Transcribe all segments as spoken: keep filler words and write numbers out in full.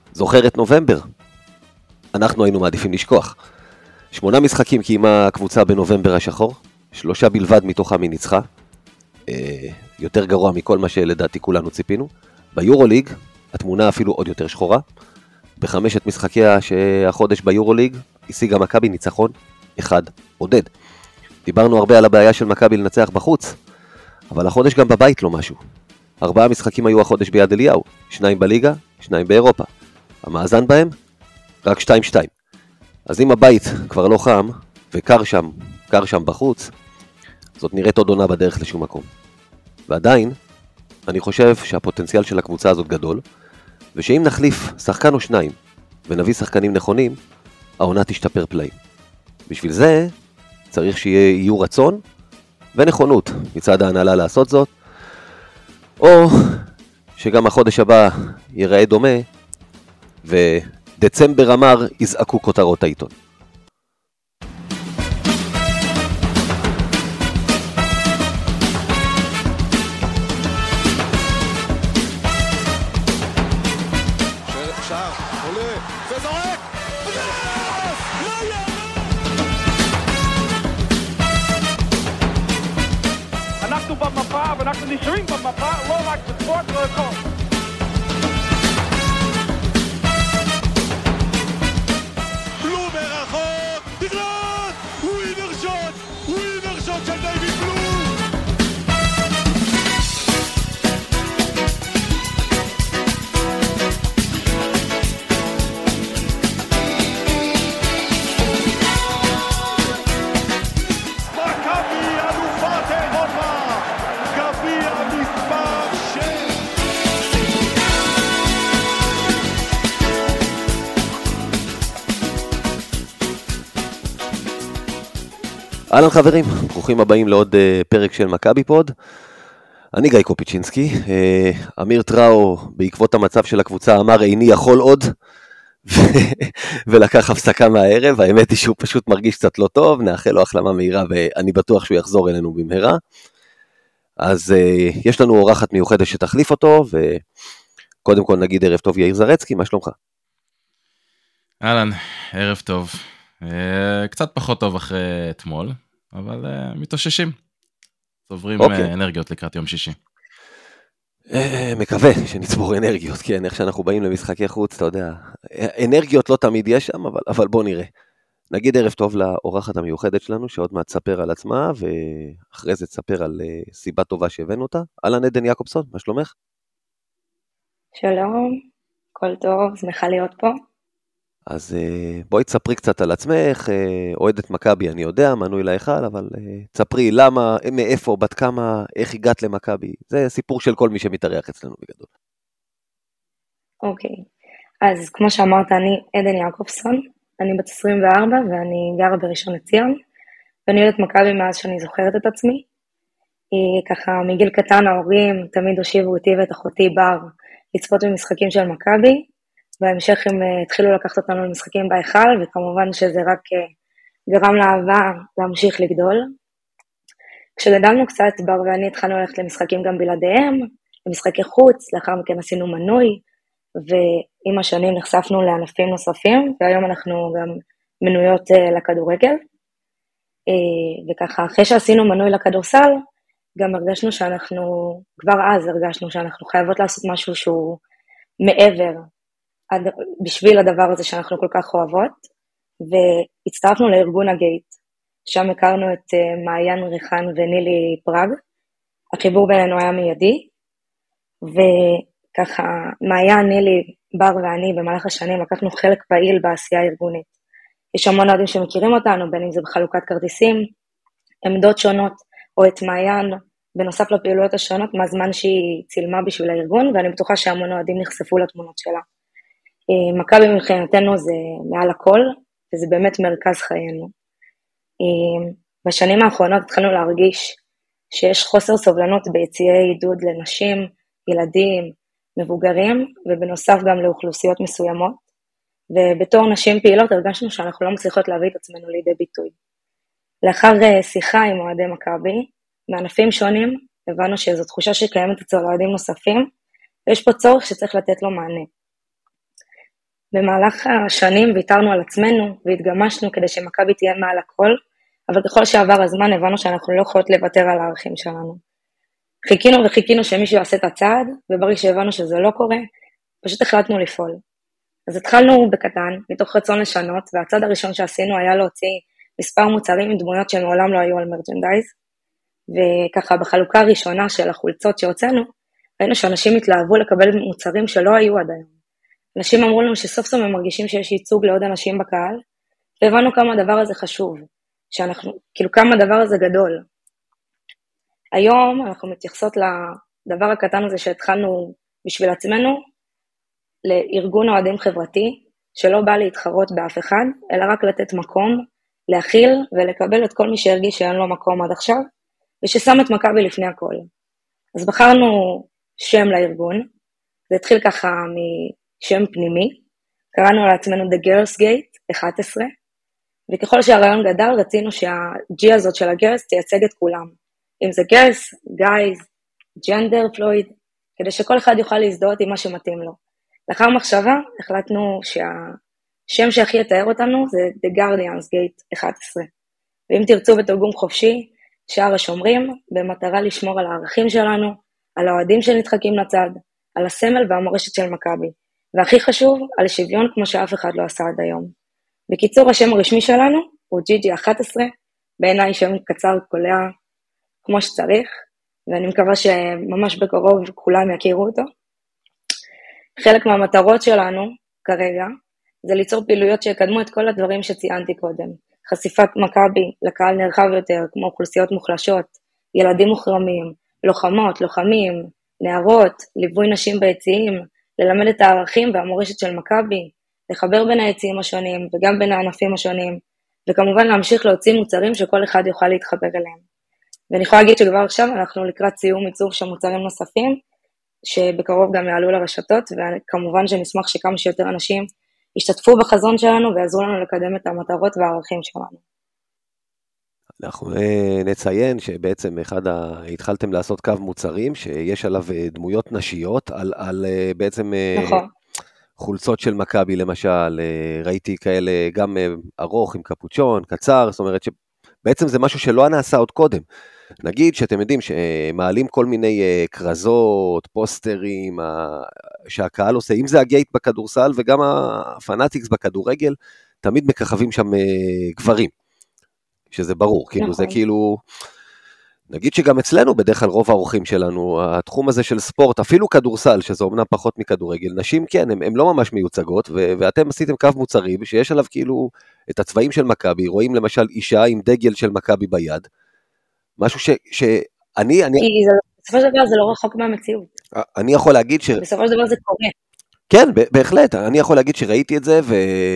זוכר את נובמבר? אנחנו היינו מעדיפים לשכוח. שמונה משחקים קיימה הקבוצה בנובמבר השחור, שלושה בלבד מתוכם היא ניצחה, אה, יותר גרוע מכל מה שלדעתי כולנו ציפינו. ביורוליג התמונה אפילו עוד יותר שחורה. בחמשת משחקיה שהחודש ביורוליג השיגה מכבי ניצחון אחד עודד. דיברנו הרבה על הבעיה של מכבי לנצח בחוץ, אבל החודש גם בבית לא משהו. ארבעה משחקים היו החודש ביד אליהו, שניים בליגה, שניים באירופה. המאזן בהם רק שתיים שתיים. אז אם הבית כבר לא חם וקר שם, קר שם בחוץ, זאת נראית עוד עונה בדרך לשום מקום. ועדיין, אני חושב שהפוטנציאל של הקבוצה הזאת גדול, ושאם נחליף שחקן או שניים ונביא שחקנים נכונים, העונה תשתפר פלאים. בשביל זה צריך שיהיו רצון ונכונות מצד ההנהלה לעשות זאת, או שגם החודש הבא ייראה דומה, ודצמבר אמר יזעקו כותרות העיתון. אנחנו במפה ואנחנו נשארים במפה, לא רק בספורט, לא הכל. בלום מרחוק, תגלוט! ווינר שוט! ווינר שוט של דיוויד בלום! אהלן חברים, ברוכים הבאים לעוד uh, פרק של מכבי פוד. אני גיא קופיצ'ינסקי. uh, אמיר טראו בעקבות המצב של הקבוצה אמר איני יכול עוד ו- ולקח הפסקה מהערב. האמת היא שהוא פשוט מרגיש קצת לא טוב, נאחל לו החלמה מהירה ואני בטוח שהוא יחזור אלינו במהרה. אז uh, יש לנו אורחת מיוחדת שתחליף אותו, וקודם כל נגיד ערב טוב יאיר זרצקי, מה שלומך? אהלן, ערב טוב. קצת פחות טוב אחרי אתמול, אבל מתאוששים. צוברים אנרגיות לקראת יום שישי. מקווה שנצבור אנרגיות, כן, איך שאנחנו באים למשחקי חוץ, אתה יודע, אנרגיות לא תמיד יש שם, אבל, אבל בוא נראה. נגיד ערב טוב לאורחת המיוחדת שלנו, שעוד מעט תספר על עצמה, ואחרי זה תספר על סיבה טובה שהבאנו אותה. אהלן עדן יעקובסון, מה שלומך? שלום, כל טוב, שמחה להיות פה. אז בואי תספרי קצת על עצמך, אוהדת מכבי אני יודע, מנוי להיכל, אבל תספרי למה, מאיפה, בת כמה, איך הגעת למכבי, זה סיפור של כל מי שמתארח אצלנו בגדול. אוקיי, אז כמו שאמרת, אני עדן יעקובסון, אני בת עשרים וארבע ואני גרה בראשון לציון, ואני אוהדת מכבי מאז שאני זוכרת את עצמי. ככה מגיל קטן ההורים תמיד הושיבו אותי ואת אחותי בר לצפות במשחקים של מכבי, בהמשך הם התחילו לקחת אותנו למשחקים בהיכל, וכמובן שזה רק גרם לאהבה להמשיך לגדול. כשגדלנו קצת, בר ואני התחלנו ללכת למשחקים גם בלעדיהם, למשחקי חוץ, לאחר מכן עשינו מנוי, ועם השנים נחשפנו לענפים נוספים, והיום אנחנו גם מנויות לכדורגל. וככה, אחרי שעשינו מנוי לכדורסל, גם הרגשנו שאנחנו, כבר אז הרגשנו שאנחנו חייבות לעשות משהו שהוא מעבר, בשביל הדבר הזה שאנחנו כל כך אוהבות, והצטרפנו לארגון הגייט, שם הכרנו את מעיין ריחן ונילי פראג. החיבור בינינו היה מיידי, וככה מעיין, נילי, בר ואני במהלך השנים לקחנו חלק פעיל בעשייה הארגונית. יש המון אוהדים שמכירים אותנו, בין אם זה בחלוקת כרטיסים, עמדות שונות, או את מעיין בנוסף לפעילויות השונות, מהזמן שהיא צילמה בשביל הארגון, ואני בטוחה שהמון אוהדים נחשפו לתמונות שלה. מכבי מבחינתנו זה מעל הכל, וזה באמת מרכז חיינו. בשנים האחרונות התחלנו להרגיש שיש חוסר סובלנות ביציעי עידוד לנשים, ילדים, מבוגרים, ובנוסף גם לאוכלוסיות מסוימות, ובתור נשים פעילות הרגשנו שאנחנו לא מצליחות להביא את עצמנו לידי ביטוי. לאחר שיחה עם אוהדי מכבי, מענפים שונים, הבנו שזו תחושה שקיימת אצל אוהדים נוספים, ויש פה צורך שצריך לתת לו מענה. במהלך השנים ויתרנו על עצמנו והתגמשנו כדי שמכבי תהיה מעל הכל, אבל ככל שעבר הזמן הבנו שאנחנו לא יכולות לוותר על הערכים שלנו. חיכינו וחיכינו שמישהו יעשה את הצעד, וברגע שהבנו שזה לא קורה, פשוט החלטנו לפעול. אז התחלנו בקטן, מתוך רצון לשנות, והצעד הראשון שעשינו היה להוציא מספר מוצרים עם דמויות שמעולם לא היו על מרצ'נדייז, וככה בחלוקה הראשונה של החולצות שהוצאנו, ראינו שאנשים התלהבו לקבל מוצרים שלא היו עד היום. אנשים אמרו לנו שסוף סוף הם מרגישים שיש ייצוג לעוד אנשים בקהל, והבנו כמה הדבר הזה חשוב, שאנחנו, כאילו כמה הדבר הזה גדול. היום אנחנו מתייחסות לדבר הקטן הזה שהתחלנו בשביל עצמנו, לארגון אוהדים חברתי, שלא בא להתחרות באף אחד, אלא רק לתת מקום, להכיל ולקבל את כל מי שהרגיש שאין לו מקום עד עכשיו, וששם את מכבי לפני הכל. אז בחרנו שם לארגון, זה התחיל ככה משם פנימי, קראנו לעצמנו The Girls Gate אחת עשרה, וככל שהרעיון גדל רצינו שה-G הזאת של הגרס תייצג את כולם, אם זה Girls, Guys, Gender Fluid, כדי שכל אחד יוכל להזדהות עם מה שמתאים לו. לאחר מחשבה החלטנו שהשם שהכי יתאר אותנו זה The Guardians Gate אחת עשרה, ואם תרצו בתרגום חופשי, שער השומרים, במטרה לשמור על הערכים שלנו, על האוהדים שנדחקים לצד, על הסמל והמורשת של מכבי, והכי חשוב, על שוויון כמו שאף אחד לא עשה עד היום. בקיצור, השם הרשמי שלנו הוא ג'י ג'י אחת עשרה, בעיניי שם קצר קולע כמו שצריך, ואני מקווה שממש בקרוב כולם יכירו אותו. חלק מהמטרות שלנו כרגע, זה ליצור פעילויות שיקדמו את כל הדברים שציינתי קודם. חשיפת מכבי לקהל נרחב יותר, כמו אוכלוסיות מוחלשות, ילדים מוחרמים, לוחמות, לוחמים, נערות, ליווי נשים ביציעים, ללמד את הערכים והמורשת של מכבי, לחבר בין היציעים השונים וגם בין הענפים השונים, וכמובן להמשיך להוציא מוצרים שכל אחד יוכל להתחבר אליהם. ואני יכולה להגיד שכבר עכשיו אנחנו לקראת סיום ייצור של מוצרים נוספים, שבקרוב גם יעלו לרשתות, וכמובן שנשמח שכמה שיותר אנשים ישתתפו בחזון שלנו ויעזרו לנו לקדם את המטרות והערכים שלנו. אנחנו נציין שבעצם אחד ה... התחלתם לעשות קו מוצרים שיש עליו דמויות נשיות, על, על בעצם נכון. חולצות של מכבי למשל, ראיתי כאלה גם ארוך עם קפוצ'ון, קצר, זאת אומרת שבעצם זה משהו שלא נעשה עוד קודם. נגיד שאתם יודעים שמעלים כל מיני קרזות, פוסטרים, שהקהל עושה, אם זה הגייט בכדורסל וגם הפנאטיקס בכדורגל, תמיד מככבים שם גברים, שזה ברור, כאילו זה כאילו, נגיד שגם אצלנו בדרך כלל רוב האורחים שלנו, התחום הזה של ספורט, אפילו כדורסל, שזה אומנם פחות מכדורגל, נשים כן, הם, הם לא ממש מיוצגות, ו- ואתם עשיתם קו מוצרים שיש עליו כאילו את הצבעים של מכבי, רואים למשל אישה עם דגל של מכבי ביד, משהו ש... שאני... אני... בסופו של דבר זה לא רחוק מהמציאות. אני יכול להגיד ש... בסופו של דבר זה קורה. כן, בהחלט, אני יכול להגיד שראיתי את זה,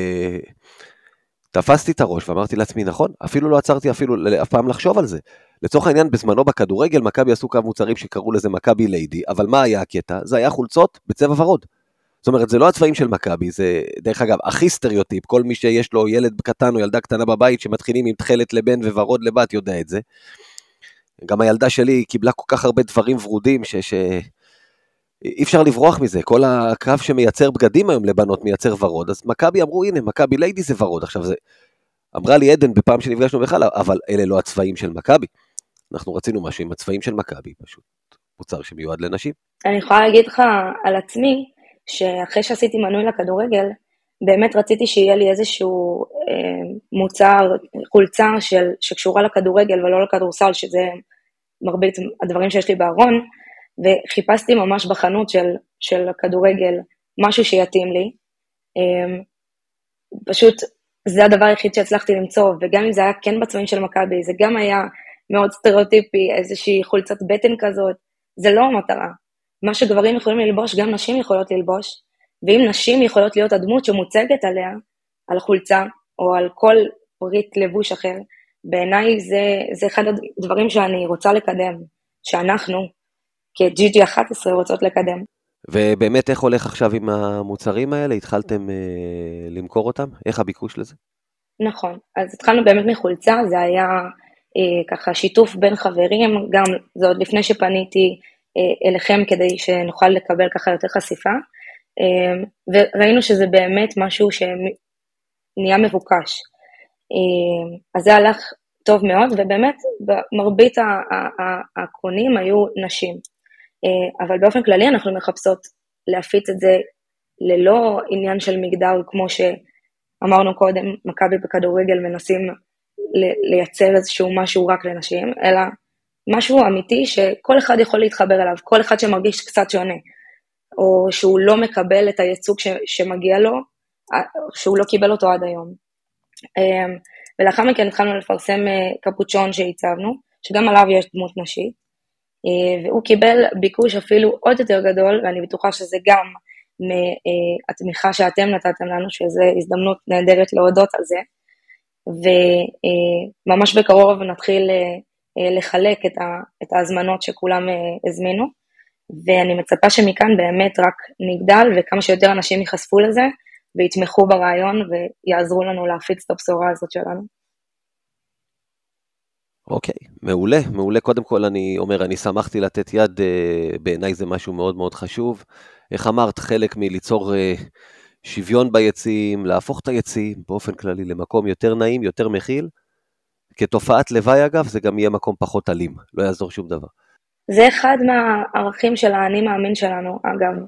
ותפסתי את הראש, ואמרתי לעצמי, נכון, אפילו לא עצרתי אפילו אף פעם לחשוב על זה. לצורך העניין, בזמנו בכדורגל, מכבי עשו קו מוצרים שקראו לזה מכבי ליידי, אבל מה היה הקטע? זה היה חולצות בצבע ורוד. זאת אומרת, זה לא הצבעים של מכבי, זה דרך אגב, הכי סטריאוטיפ, כל מי שיש לו ילד קטן או ילדה קטנה בבית, שמתחילים עם תכלת לבן וורוד לבת, יודע את זה. גם הילדה שלי קיבלה כל כך הרבה דברים ורודים, ש... ש... אי אפשר לברוח מזה, כל הקו שמייצר בגדים היום לבנות מייצר ורוד, אז מכבי אמרו, הנה, מכבי ליידי זה ורוד, עכשיו זה, אמרה לי עדן בפעם שנפגשנו בכלל, אבל אלה לא הצבעים של מכבי, אנחנו רצינו משהו עם הצבעים של מכבי, פשוט מוצר שמיועד לנשים. אני יכולה להגיד לך על עצמי, שאחרי שעשיתי מנוי לכדורגל, באמת רציתי שיהיה לי איזשהו אה, מוצר, חולצה של, שקשורה לכדורגל ולא לכדורסל, שזה מרבית הדברים שיש לי בארון, וחיפשתי ממש בחנות של, של הכדורגל משהו שיתאים לי. אה, פשוט זה הדבר היחיד שהצלחתי למצוא, וגם אם זה היה כן בצבעים של מכבי, זה גם היה מאוד סטריאוטיפי, איזושהי חולצת בטן כזאת, זה לא המטרה. מה שגברים יכולים ללבוש, גם נשים יכולות ללבוש, ואם נשים יכולות להיות הדמות שמוצגת עליה, על חולצה, או על כל פריט לבוש אחר, בעיניי זה, זה אחד הדברים שאני רוצה לקדם, שאנחנו, כ-ג'י ג'י אחת עשרה, רוצות לקדם. ובאמת איך הולך עכשיו עם המוצרים האלה? התחלתם אה, למכור אותם? איך הביקוש לזה? נכון, אז התחלנו באמת מחולצה, זה היה אה, ככה שיתוף בין חברים, גם זה עוד לפני שפניתי אה, אליכם כדי שנוכל לקבל ככה יותר חשיפה, וראינו שזה באמת משהו שנהיה מבוקש. אז זה הלך טוב מאוד, ובאמת מרבית הקונים היו נשים. אבל באופן כללי אנחנו מחפשות להפיץ את זה ללא עניין של מגדר, כמו שאמרנו קודם, מכבי בכדורגל מנסים לייצר איזשהו משהו רק לנשים, אלא משהו אמיתי שכל אחד יכול להתחבר אליו, כל אחד שמרגיש קצת שונה, או שהוא לא מקבל את הייצוג ש, שמגיע לו, שהוא לא קיבל אותו עד היום. ולאחר מכן התחלנו לפרסם קפוצ'ון שהצבנו, שגם עליו יש דמות נשית, והוא קיבל ביקוש אפילו עוד יותר גדול, ואני בטוחה שזה גם מהתמיכה שאתם נתתם לנו, שזו הזדמנות נהדרת להודות על זה, וממש בקרוב נתחיל לחלק את ההזמנות שכולם הזמינו, ואני מצפה שמכאן באמת רק נגדל, וכמה שיותר אנשים ייחשפו לזה, ויתמכו ברעיון, ויעזרו לנו להפיץ את הבשורה הזאת שלנו. אוקיי, מעולה, מעולה. קודם כל אני אומר, אני שמחתי לתת יד, בעיניי זה משהו מאוד מאוד חשוב. איך אמרת, חלק מליצור שוויון ביציעים, להפוך את היציעים באופן כללי למקום יותר נעים, יותר מכיל. כתופעת לוואי אגב, זה גם יהיה מקום פחות אלים, לא יעזור שום דבר. זה אחד מהערכים של האני מאמין שלנו, אגב.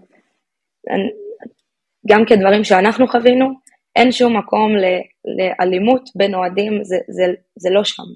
גם כדברים שאנחנו חווינו, אין שום מקום לאלימות בין אוהדים, זה, זה, זה לא שם.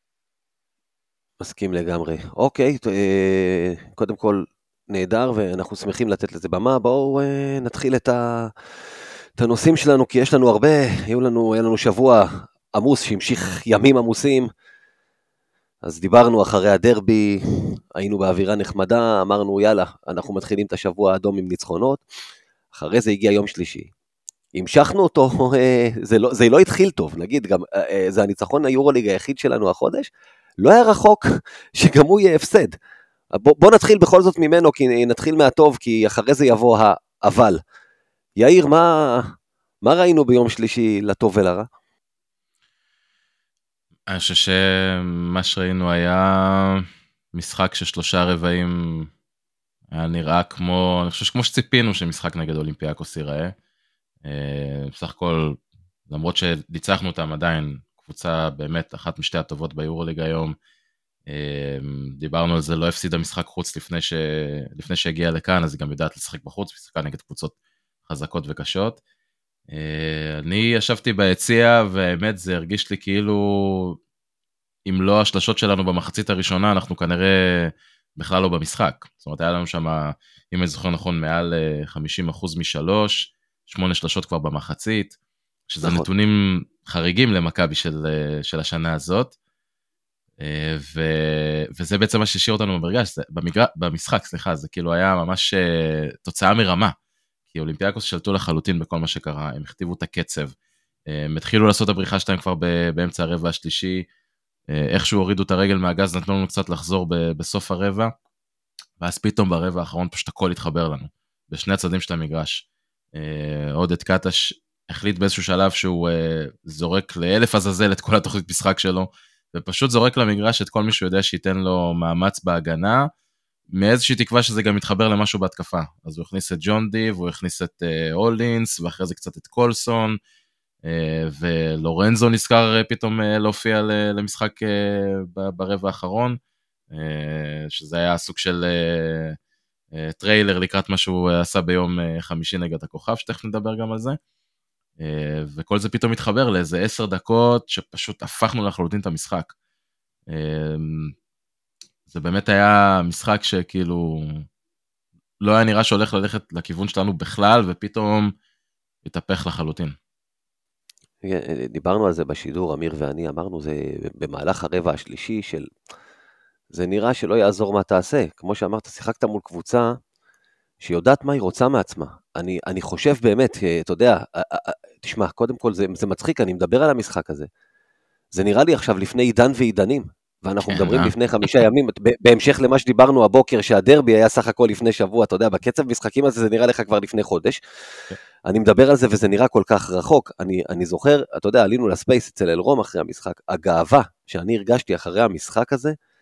מסכים לגמרי. אוקיי, קודם כל נהדר, ואנחנו שמחים לתת לזה במה. בואו נתחיל את, ה... את הנושאים שלנו, כי יש לנו הרבה, היו לנו, היה לנו שבוע עמוס שהמשיך ימים עמוסים, אז דיברנו אחרי הדרבי, היינו באווירה נחמדה, אמרנו יאללה, אנחנו מתחילים את השבוע האדום עם ניצחונות, אחרי זה הגיע יום שלישי. המשכנו אותו, זה לא, זה לא התחיל טוב, נגיד, גם, זה הניצחון היורוליג היחיד שלנו החודש, לא היה רחוק שגם הוא יהיה הפסד. בוא, בוא נתחיל בכל זאת ממנו, כי נתחיל מהטוב, כי אחרי זה יבוא האבל. יאיר, מה, מה ראינו ביום שלישי לטוב ולרע? אני חושב שמה שראינו היה משחק של שלושה רבעים, היה נראה כמו, אני חושב שכמו שציפינו שמשחק נגד אולימפיאקוס ייראה. בסך הכל, למרות שניצחנו אותם עדיין, קבוצה באמת אחת משתי הטובות ביורוליג היום, דיברנו על זה, לא הפסידה משחק חוץ לפני, ש... לפני שהגיעה לכאן, אז היא גם יודעת לשחק בחוץ, משחקה נגד קבוצות חזקות וקשות. אני ישבתי ביציע, והאמת זה הרגיש לי כאילו, אם לא השלשות שלנו במחצית הראשונה, אנחנו כנראה בכלל לא במשחק. זאת אומרת, היה לנו שם, אם אני זוכר נכון, מעל חמישים אחוז משלוש, שמונה שלשות כבר במחצית, שזה נכון. נתונים חריגים למכבי של, של השנה הזאת, ו, וזה בעצם מה שהשאיר אותנו במרגש, במגר, במשחק, סליחה, זה כאילו היה ממש תוצאה מרמה, כי אולימפיאקוס שלטו לחלוטין בכל מה שקרה, הם הכתיבו את הקצב, הם התחילו לעשות הבריחה שלהם כבר באמצע הרבע השלישי, איכשהו הורידו את הרגל מהגז, נתנו לנו קצת לחזור בסוף הרבע, ואז פתאום ברבע האחרון פשוט הכל התחבר לנו, בשני הצדדים של המגרש. עודד קטש החליט באיזשהו שלב שהוא זורק לאלף עזאזל את כל התוכנית משחק שלו, ופשוט זורק למגרש את כל מי שהוא יודע שייתן לו מאמץ בהגנה, מאיזושהי תקווה שזה גם מתחבר למשהו בהתקפה. אז הוא הכניס את ג'ון די, והוא הכניס את הולינס, ואחרי זה קצת את קולסון, ולורנזו נזכר פתאום להופיע למשחק ברבע האחרון, שזה היה סוג של טריילר לקראת מה שהוא עשה ביום חמישי נגד הכוכב, שתכף נדבר גם על זה, וכל זה פתאום מתחבר לאיזה עשר דקות, שפשוט הפכנו לחלוטין את המשחק. זה באמת היה משחק שכאילו, לא היה נראה שהולך ללכת לכיוון שלנו בכלל, ופתאום התהפך לחלוטין. דיברנו על זה בשידור, אמיר ואני, אמרנו, זה במהלך הרבע השלישי של, זה נראה שלא יעזור מה תעשה, כמו שאמרת, שיחקת מול קבוצה, שיודעת מה היא רוצה מעצמה. אני, אני חושב באמת, אתה יודע, תשמע, קודם כל זה, זה מצחיק, אני מדבר על המשחק הזה. זה נראה לי עכשיו לפני עידן ועידנים, ואנחנו מדברים לפני חמישה ימים, בהמשך למה שדיברנו הבוקר, שהדרבי היה סך הכל לפני שבוע, אתה יודע, בקצב משחקים הזה זה נראה לך כבר לפני חודש. אני מדבר על זה וזה נראה כל כך רחוק. אני, אני זוכר, אתה יודע, עלינו לספייס אצל אלרום אחרי המשחק, הגאווה שאני הרגשתי אחרי המשחק הזה,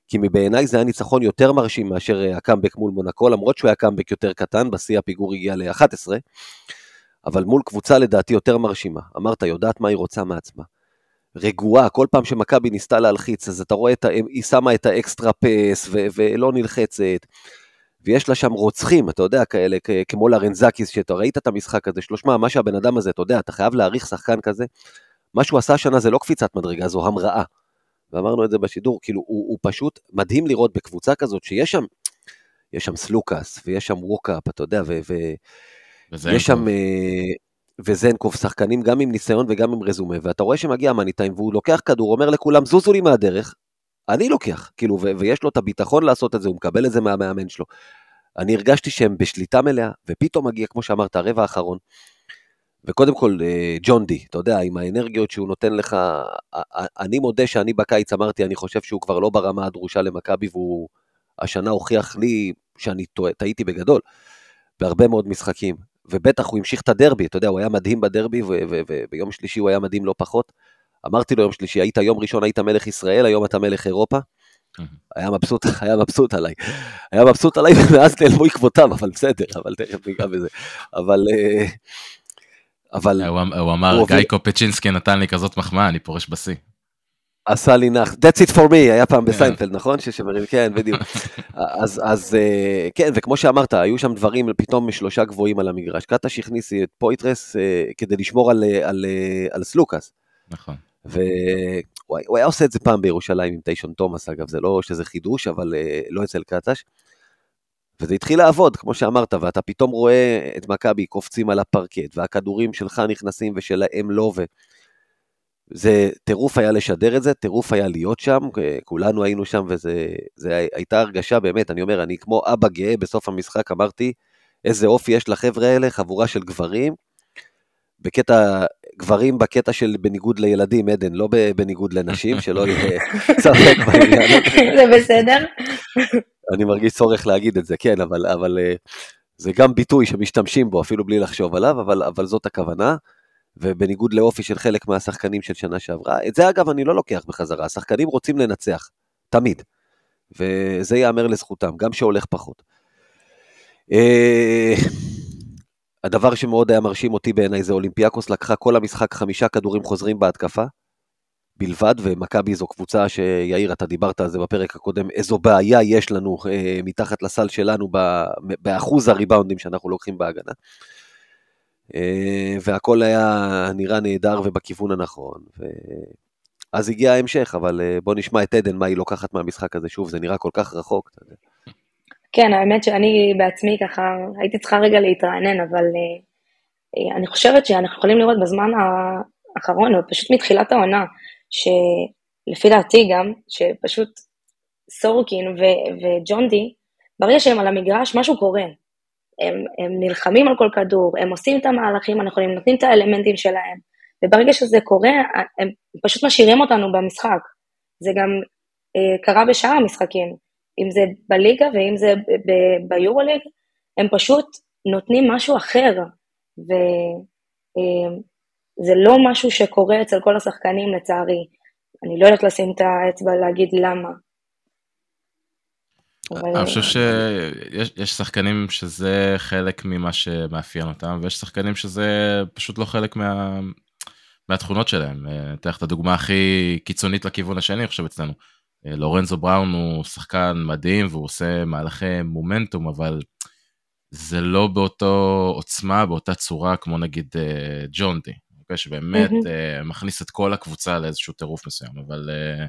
כי מבעיניי זה היה ניצחון יותר מרשים מאשר הקאמבק מול מונקו, למרות שהוא היה קאמבק יותר קטן, בשיא הפיגור הגיע ל-אחת עשרה, אבל מול קבוצה לדעתי יותר מרשימה. אמרת, יודעת מה היא רוצה מעצמה. רגועה, כל פעם שמכבי ניסתה להלחיץ, אז אתה רואה, את, היא שמה את האקסטרה פס, ו- ולא נלחצת, ויש לה שם רוצחים, אתה יודע, כאלה, כמו לרנזקיס, שאתה ראית את המשחק הזה, שלוש מה, מה שהבן אדם הזה, אתה יודע, אתה חייב להעריך שחקן כזה, מה שהוא עשה השנה זה לא קפיצת מדרגה, זו המראה, ואמרנו את זה בשידור, כאילו, הוא, הוא פשוט מדהים לראות בקבוצה כזאת, שיש שם, יש שם סלוקס, ויש שם ווקאפ, אתה יודע, ו... ו- יש שם... וזנקוב, שחקנים גם עם ניסיון וגם עם רזומה, ואתה רואה שמגיע המאניטיים, והוא לוקח כדור, אומר לכולם, זוזו לי מהדרך, אני לוקח, כאילו, ו- ויש לו את הביטחון לעשות את זה, הוא מקבל את זה מהמאמן שלו. אני הרגשתי שהם בשליטה מלאה, ופתאום מגיע, כמו שאמרת, הרבע האחרון, וקודם כל, ג'ון די, אתה יודע, עם האנרגיות שהוא נותן לך, אני מודה שאני בקיץ אמרתי, אני חושב שהוא כבר לא ברמה הדרושה למכבי, והוא השנה הוכיח לי שאני טעיתי בגדול, בהרבה מאוד משחקים, ובטח הוא המשיך את הדרבי, אתה יודע, הוא היה מדהים בדרבי, וביום שלישי הוא היה מדהים לא פחות, אמרתי לו יום שלישי, היית יום ראשון, היית מלך ישראל, היום אתה מלך אירופה, היה מבסוט, היה מבסוט עליי, היה מבסוט עליי, ומאז נעלמו עקבותיו, אבל בסדר, אבל תכף ניגע בזה, אבל, אבל, הוא אמר, גיא קופצ'ינסקי נתן לי כזאת מחמאה, אני פורש בסי. עשה לי נח, that's it for me, היה פעם בסיינפלד, נכון? ששמרים, כן, בדיוק. אז, אז, כן, וכמו שאמרת, היו שם דברים פתאום משלושה גבוהים על המגרש. קטש הכניס את פויטרס כדי לשמור על, על, על סלוקס. נכון. והוא היה עושה את זה פעם בירושלים עם טיישון תומאס, אגב, זה לא שזה חידוש, אבל לא אצל קטש. וזה התחיל לעבוד, כמו שאמרת, ואתה פתאום רואה את מכבי קופצים על הפרקט, והכדורים שלך נכנסים ושלהם לא, ו... זה טירוף היה לשדר את זה, טירוף היה להיות שם, כולנו היינו שם, וזה זה הייתה הרגשה באמת, אני אומר, אני כמו אבא גאה בסוף המשחק, אמרתי, איזה אופי יש לחבר'ה האלה, חבורה של גברים, בקטע, גברים בקטע של בניגוד לילדים, עדן, לא בניגוד לנשים, שלא יהיה ספק בעניין. זה בסדר? אני מרגיש צורך להגיד את זה, כן, אבל, אבל זה גם ביטוי שמשתמשים בו, אפילו בלי לחשוב עליו, אבל, אבל זאת הכוונה, ובניגוד לאופי של חלק מהשחקנים של שנה שעברה, את זה אגב אני לא לוקח בחזרה, השחקנים רוצים לנצח, תמיד, וזה יאמר לזכותם, גם שהולך פחות. הדבר שמאוד היה מרשים אותי בעיניי, זה אולימפיאקוס לקחה כל המשחק חמישה כדורים חוזרים בהתקפה, בלבד, ומכבי זו קבוצה שיאיר, אתה דיברת על זה בפרק הקודם, איזו בעיה יש לנו מתחת לסל שלנו, באחוז הריבאונדים שאנחנו לוקחים בהגנה, והכל היה נראה נהדר ובכיוון הנכון, אז הגיע ההמשך, אבל בוא נשמע את עדן מה היא לוקחת מהמשחק הזה, שוב זה נראה כל כך רחוק. כן, האמת שאני בעצמי ככה, הייתי צריכה רגע להתרענן, אבל אני חושבת שאנחנו יכולים לראות בזמן האחרון, או פשוט מתחילת העונה, שלפי דעתי גם, שפשוט סורקין וג'ון די, ברגע שהם על המגרש משהו קורה, הם, הם נלחמים על כל כדור, הם עושים את המהלכים הנכונים, נותנים את האלמנטים שלהם, וברגע שזה קורה, הם פשוט משאירים אותנו במשחק. זה גם אה, קרה בשאר המשחקים, אם זה בליגה ואם זה ביורוליג, הם פשוט נותנים משהו אחר, וזה אה, לא משהו שקורה אצל כל השחקנים לצערי. אני לא יודעת לשים את האצבע להגיד למה. אני חושב שיש שחקנים שזה חלק ממה שמאפיין אותם, ויש שחקנים שזה פשוט לא חלק מה, מהתכונות שלהם. אתן לך את הדוגמה הכי קיצונית לכיוון השני, אני חושב אצלנו. לורנזו בראון הוא שחקן מדהים, והוא עושה מהלכי מומנטום, אבל זה לא באותו עוצמה, באותה צורה, כמו נגיד ג'ון די, שבאמת מכניס את כל הקבוצה לאיזשהו טירוף מסוים, אבל...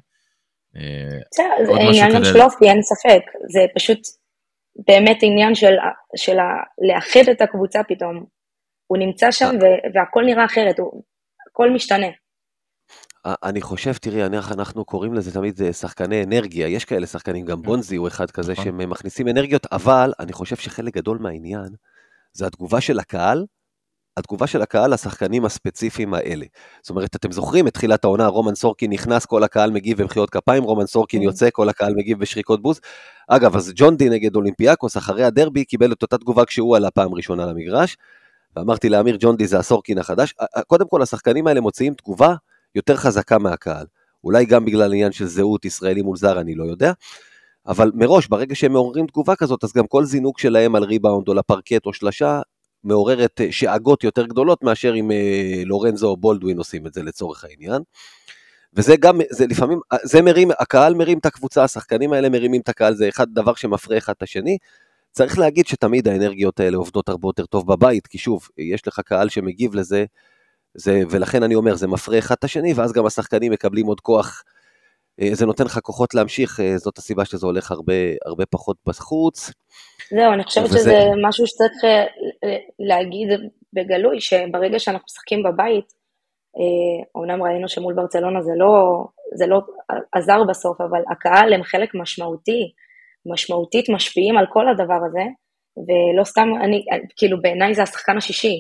זה עניין גם של אופי, אין ספק, זה פשוט באמת עניין של לאחד את הקבוצה פתאום, הוא נמצא שם והכל נראה אחרת, הכל משתנה. אני חושב, תראי, אנחנו קוראים לזה תמיד שחקני אנרגיה, יש כאלה שחקנים, גם בונזי הוא אחד כזה שהם מכניסים אנרגיות, אבל אני חושב שחלק גדול מהעניין, זה התגובה של הקהל, התגובה של הקהל לשחקנים הספציפיים האלה. זאת אומרת, אתם זוכרים את תחילת העונה, רומן סורקין נכנס, כל הקהל מגיב במחיאות כפיים, רומן סורקין יוצא, כל הקהל מגיב בשריקות בוז. אגב, אז ג'ון די נגד אולימפיאקוס, אחרי הדרבי, קיבל את אותה תגובה כשהוא עלה פעם ראשונה למגרש, ואמרתי לאמיר, ג'ון די זה הסורקין החדש. קודם כל, השחקנים האלה מוציאים תגובה יותר חזקה מהקהל. אולי גם בגלל עניין של זהות ישראלי מול זר, אני לא יודע, אבל מראש, ברגע שהם מעוררים תגובה כזאת, אז גם כל זינוק שלהם על ריבאונד או לפרקט או שלשה, מעוררת שאגות יותר גדולות, מאשר אם לורנזו או בולדווין עושים את זה לצורך העניין. וזה גם, זה לפעמים, זה מרים, הקהל מרים את הקבוצה, השחקנים האלה מרימים את הקהל, זה אחד דבר שמפרה אחד את השני. צריך להגיד שתמיד האנרגיות האלה עובדות הרבה יותר טוב בבית, כי שוב, יש לך קהל שמגיב לזה, זה, ולכן אני אומר, זה מפרה אחד את השני, ואז גם השחקנים מקבלים עוד כוח, זה נותן לך כוחות להמשיך, זאת הסיבה שזה הולך הרבה, הרבה פחות בחוץ. זהו, אני חושבת וזה... שזה משהו שצריך להגיד בגלוי, שברגע שאנחנו משחקים בבית, אומנם ראינו שמול ברצלונה זה לא, זה לא עזר בסוף, אבל הקהל הם חלק משמעותי, משמעותית משפיעים על כל הדבר הזה, ולא סתם, אני, כאילו בעיניי זה השחקן השישי.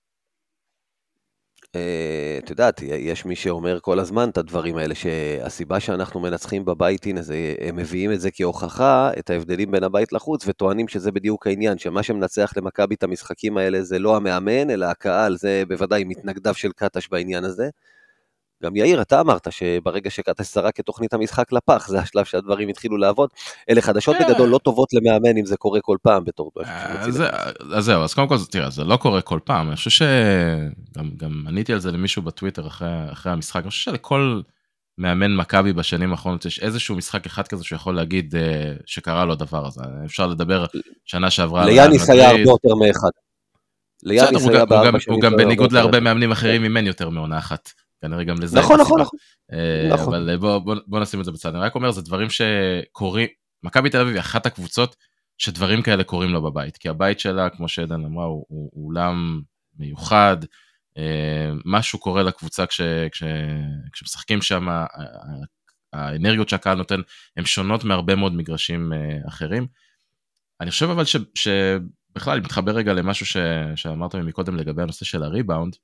את יודעת, יש מי שאומר כל הזמן את הדברים האלה, שהסיבה שאנחנו מנצחים בבית, הנה, הם מביאים את זה כהוכחה, את ההבדלים בין הבית לחוץ, וטוענים שזה בדיוק העניין, שמה שמנצח למכבי את המשחקים האלה, זה לא המאמן, אלא הקהל, זה בוודאי מתנגדיו של קטש בעניין הזה. גם יאיר, אתה אמרת שברגע שקטש זרק את תוכנית המשחק לפח, זה השלב שהדברים התחילו לעבוד. אלה חדשות בגדול לא טובות למאמן, אם זה קורה כל פעם בתור... אז זהו, אז קודם כל, תראה, זה לא קורה כל פעם. אני חושב שגם עניתי על זה למישהו בטוויטר אחרי המשחק. אני חושב שלכל מאמן מכבי בשנים האחרונות, יש איזשהו משחק אחד כזה שיכול להגיד שקרה לו הדבר הזה. אפשר לדבר שנה שעברה... ליאניס היה הרבה יותר מאחד. ליאניס היה בארבע שנים... הוא גם בניגוד להרבה מאמנים אחרים ממני יותר מעונה אחת. כנראה גם לזה. נכון, נכון, נכון. אבל בוא, בוא, בוא נשים את זה בצד. אני רק אומר, זה דברים שקורים, מכבי תל אביב היא אחת הקבוצות שדברים כאלה קורים לה בבית, כי הבית שלה, כמו שעדן אמרה, הוא, הוא, הוא אולם מיוחד, משהו קורה לקבוצה כש, כש, כשמשחקים שם, האנרגיות שהקהל נותן, הן שונות מהרבה מאוד מגרשים אחרים. אני חושב אבל ש, שבכלל, מתחבר רגע למשהו ש, שאמרת מקודם לגבי הנושא של הריבאונד,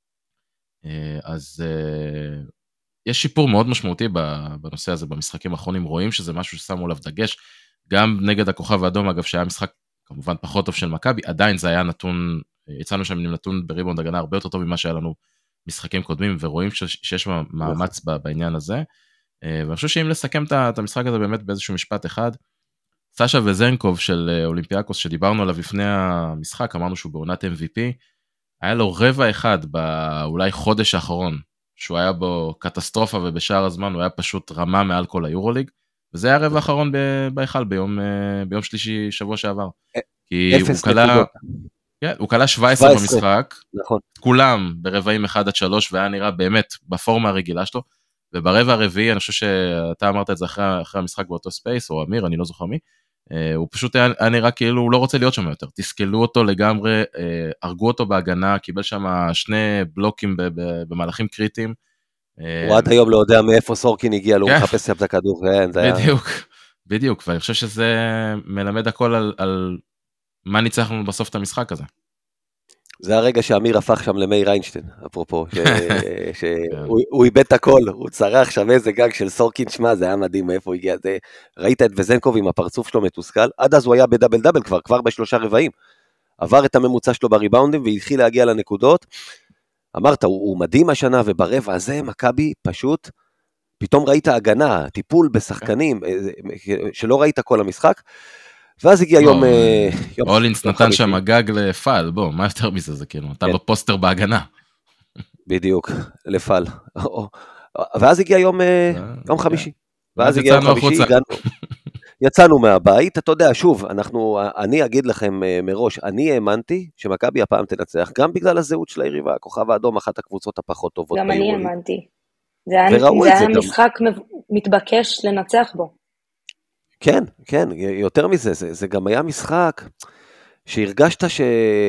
אז יש שיפור מאוד משמעותי בנושא הזה במשחקים האחרונים, רואים שזה משהו ששמו עליו דגש, גם נגד הכוכב האדום, אגב שהיה משחק כמובן פחות טוב של מכבי, עדיין זה היה נתון, יצאנו שם עם נתון בריבאונד הגנה הרבה יותר טוב ממה שהיה לנו משחקים קודמים, ורואים שיש מאמץ בעניין הזה, ואני חושב שאם לסכם את המשחק הזה באמת באיזשהו משפט אחד, סשה וזנקוב של אולימפיאקוס שדיברנו עליו לפני המשחק, אמרנו שהוא בעונת אם וי פי, היה לו רבע אחד באולי חודש האחרון, שהוא היה בו קטסטרופה ובשאר הזמן הוא היה פשוט רמה מעל כל היורוליג, וזה היה הרבע האחרון בהיכל ביום, ביום שלישי שבוע שעבר. כי הוא קלה, כן, הוא קלה שבע עשרה במשחק, נכון. כולם ברבעים אחד עד שלוש, והיה נראה באמת בפורמה הרגילה שלו, וברבע הרביעי, אני חושב שאתה אמרת את זה אחרי, אחרי המשחק באותו ספייס, או אמיר, אני לא זוכר מי, הוא פשוט היה, היה נראה כאילו הוא לא רוצה להיות שם יותר, תסכלו אותו לגמרי, הרגו אותו בהגנה, קיבל שם שני בלוקים במהלכים קריטיים. הוא עד היום לא יודע מאיפה סורקין הגיע, הוא מחפש את הכדור. בדיוק, בדיוק, ואני חושב שזה מלמד הכל על, על מה ניצחנו בסוף את המשחק הזה. זה הרגע שאמיר הפך שם למאיר איינשטיין, אפרופו, שהוא איבד את הכל, הוא צרח שם איזה גג של סורקין, שמה, זה היה מדהים מאיפה הוא הגיע, ראית את וזנקוב עם הפרצוף שלו מתוסכל, עד אז הוא היה בדאבל דאבל כבר, כבר בשלושה רבעים, עבר את הממוצע שלו בריבאונדים, והתחיל להגיע לנקודות, אמרת, הוא מדהים השנה, וברבע הזה, מכבי פשוט, פתאום ראית הגנה, טיפול בשחקנים, שלא ראית כל המשחק, ואז הגיע יום... אולינס נתן שם הגג לפעל, בוא, מה יותר מזה זה כאילו, נתן לו פוסטר בהגנה. בדיוק, לפעל. ואז הגיע יום חמישי. ואז הגיע יום חמישי, יצאנו מהבית, אתה יודע, שוב, אנחנו, אני אגיד לכם מראש, אני האמנתי שמכבי הפעם תנצח, גם בגלל הזהות של היריבה, הכוכב האדום, אחת הקבוצות הפחות טובות. גם אני האמנתי. זה היה משחק מתבקש לנצח בו. כן, כן, יותר מזה, זה, זה גם היה משחק שהרגשת ש...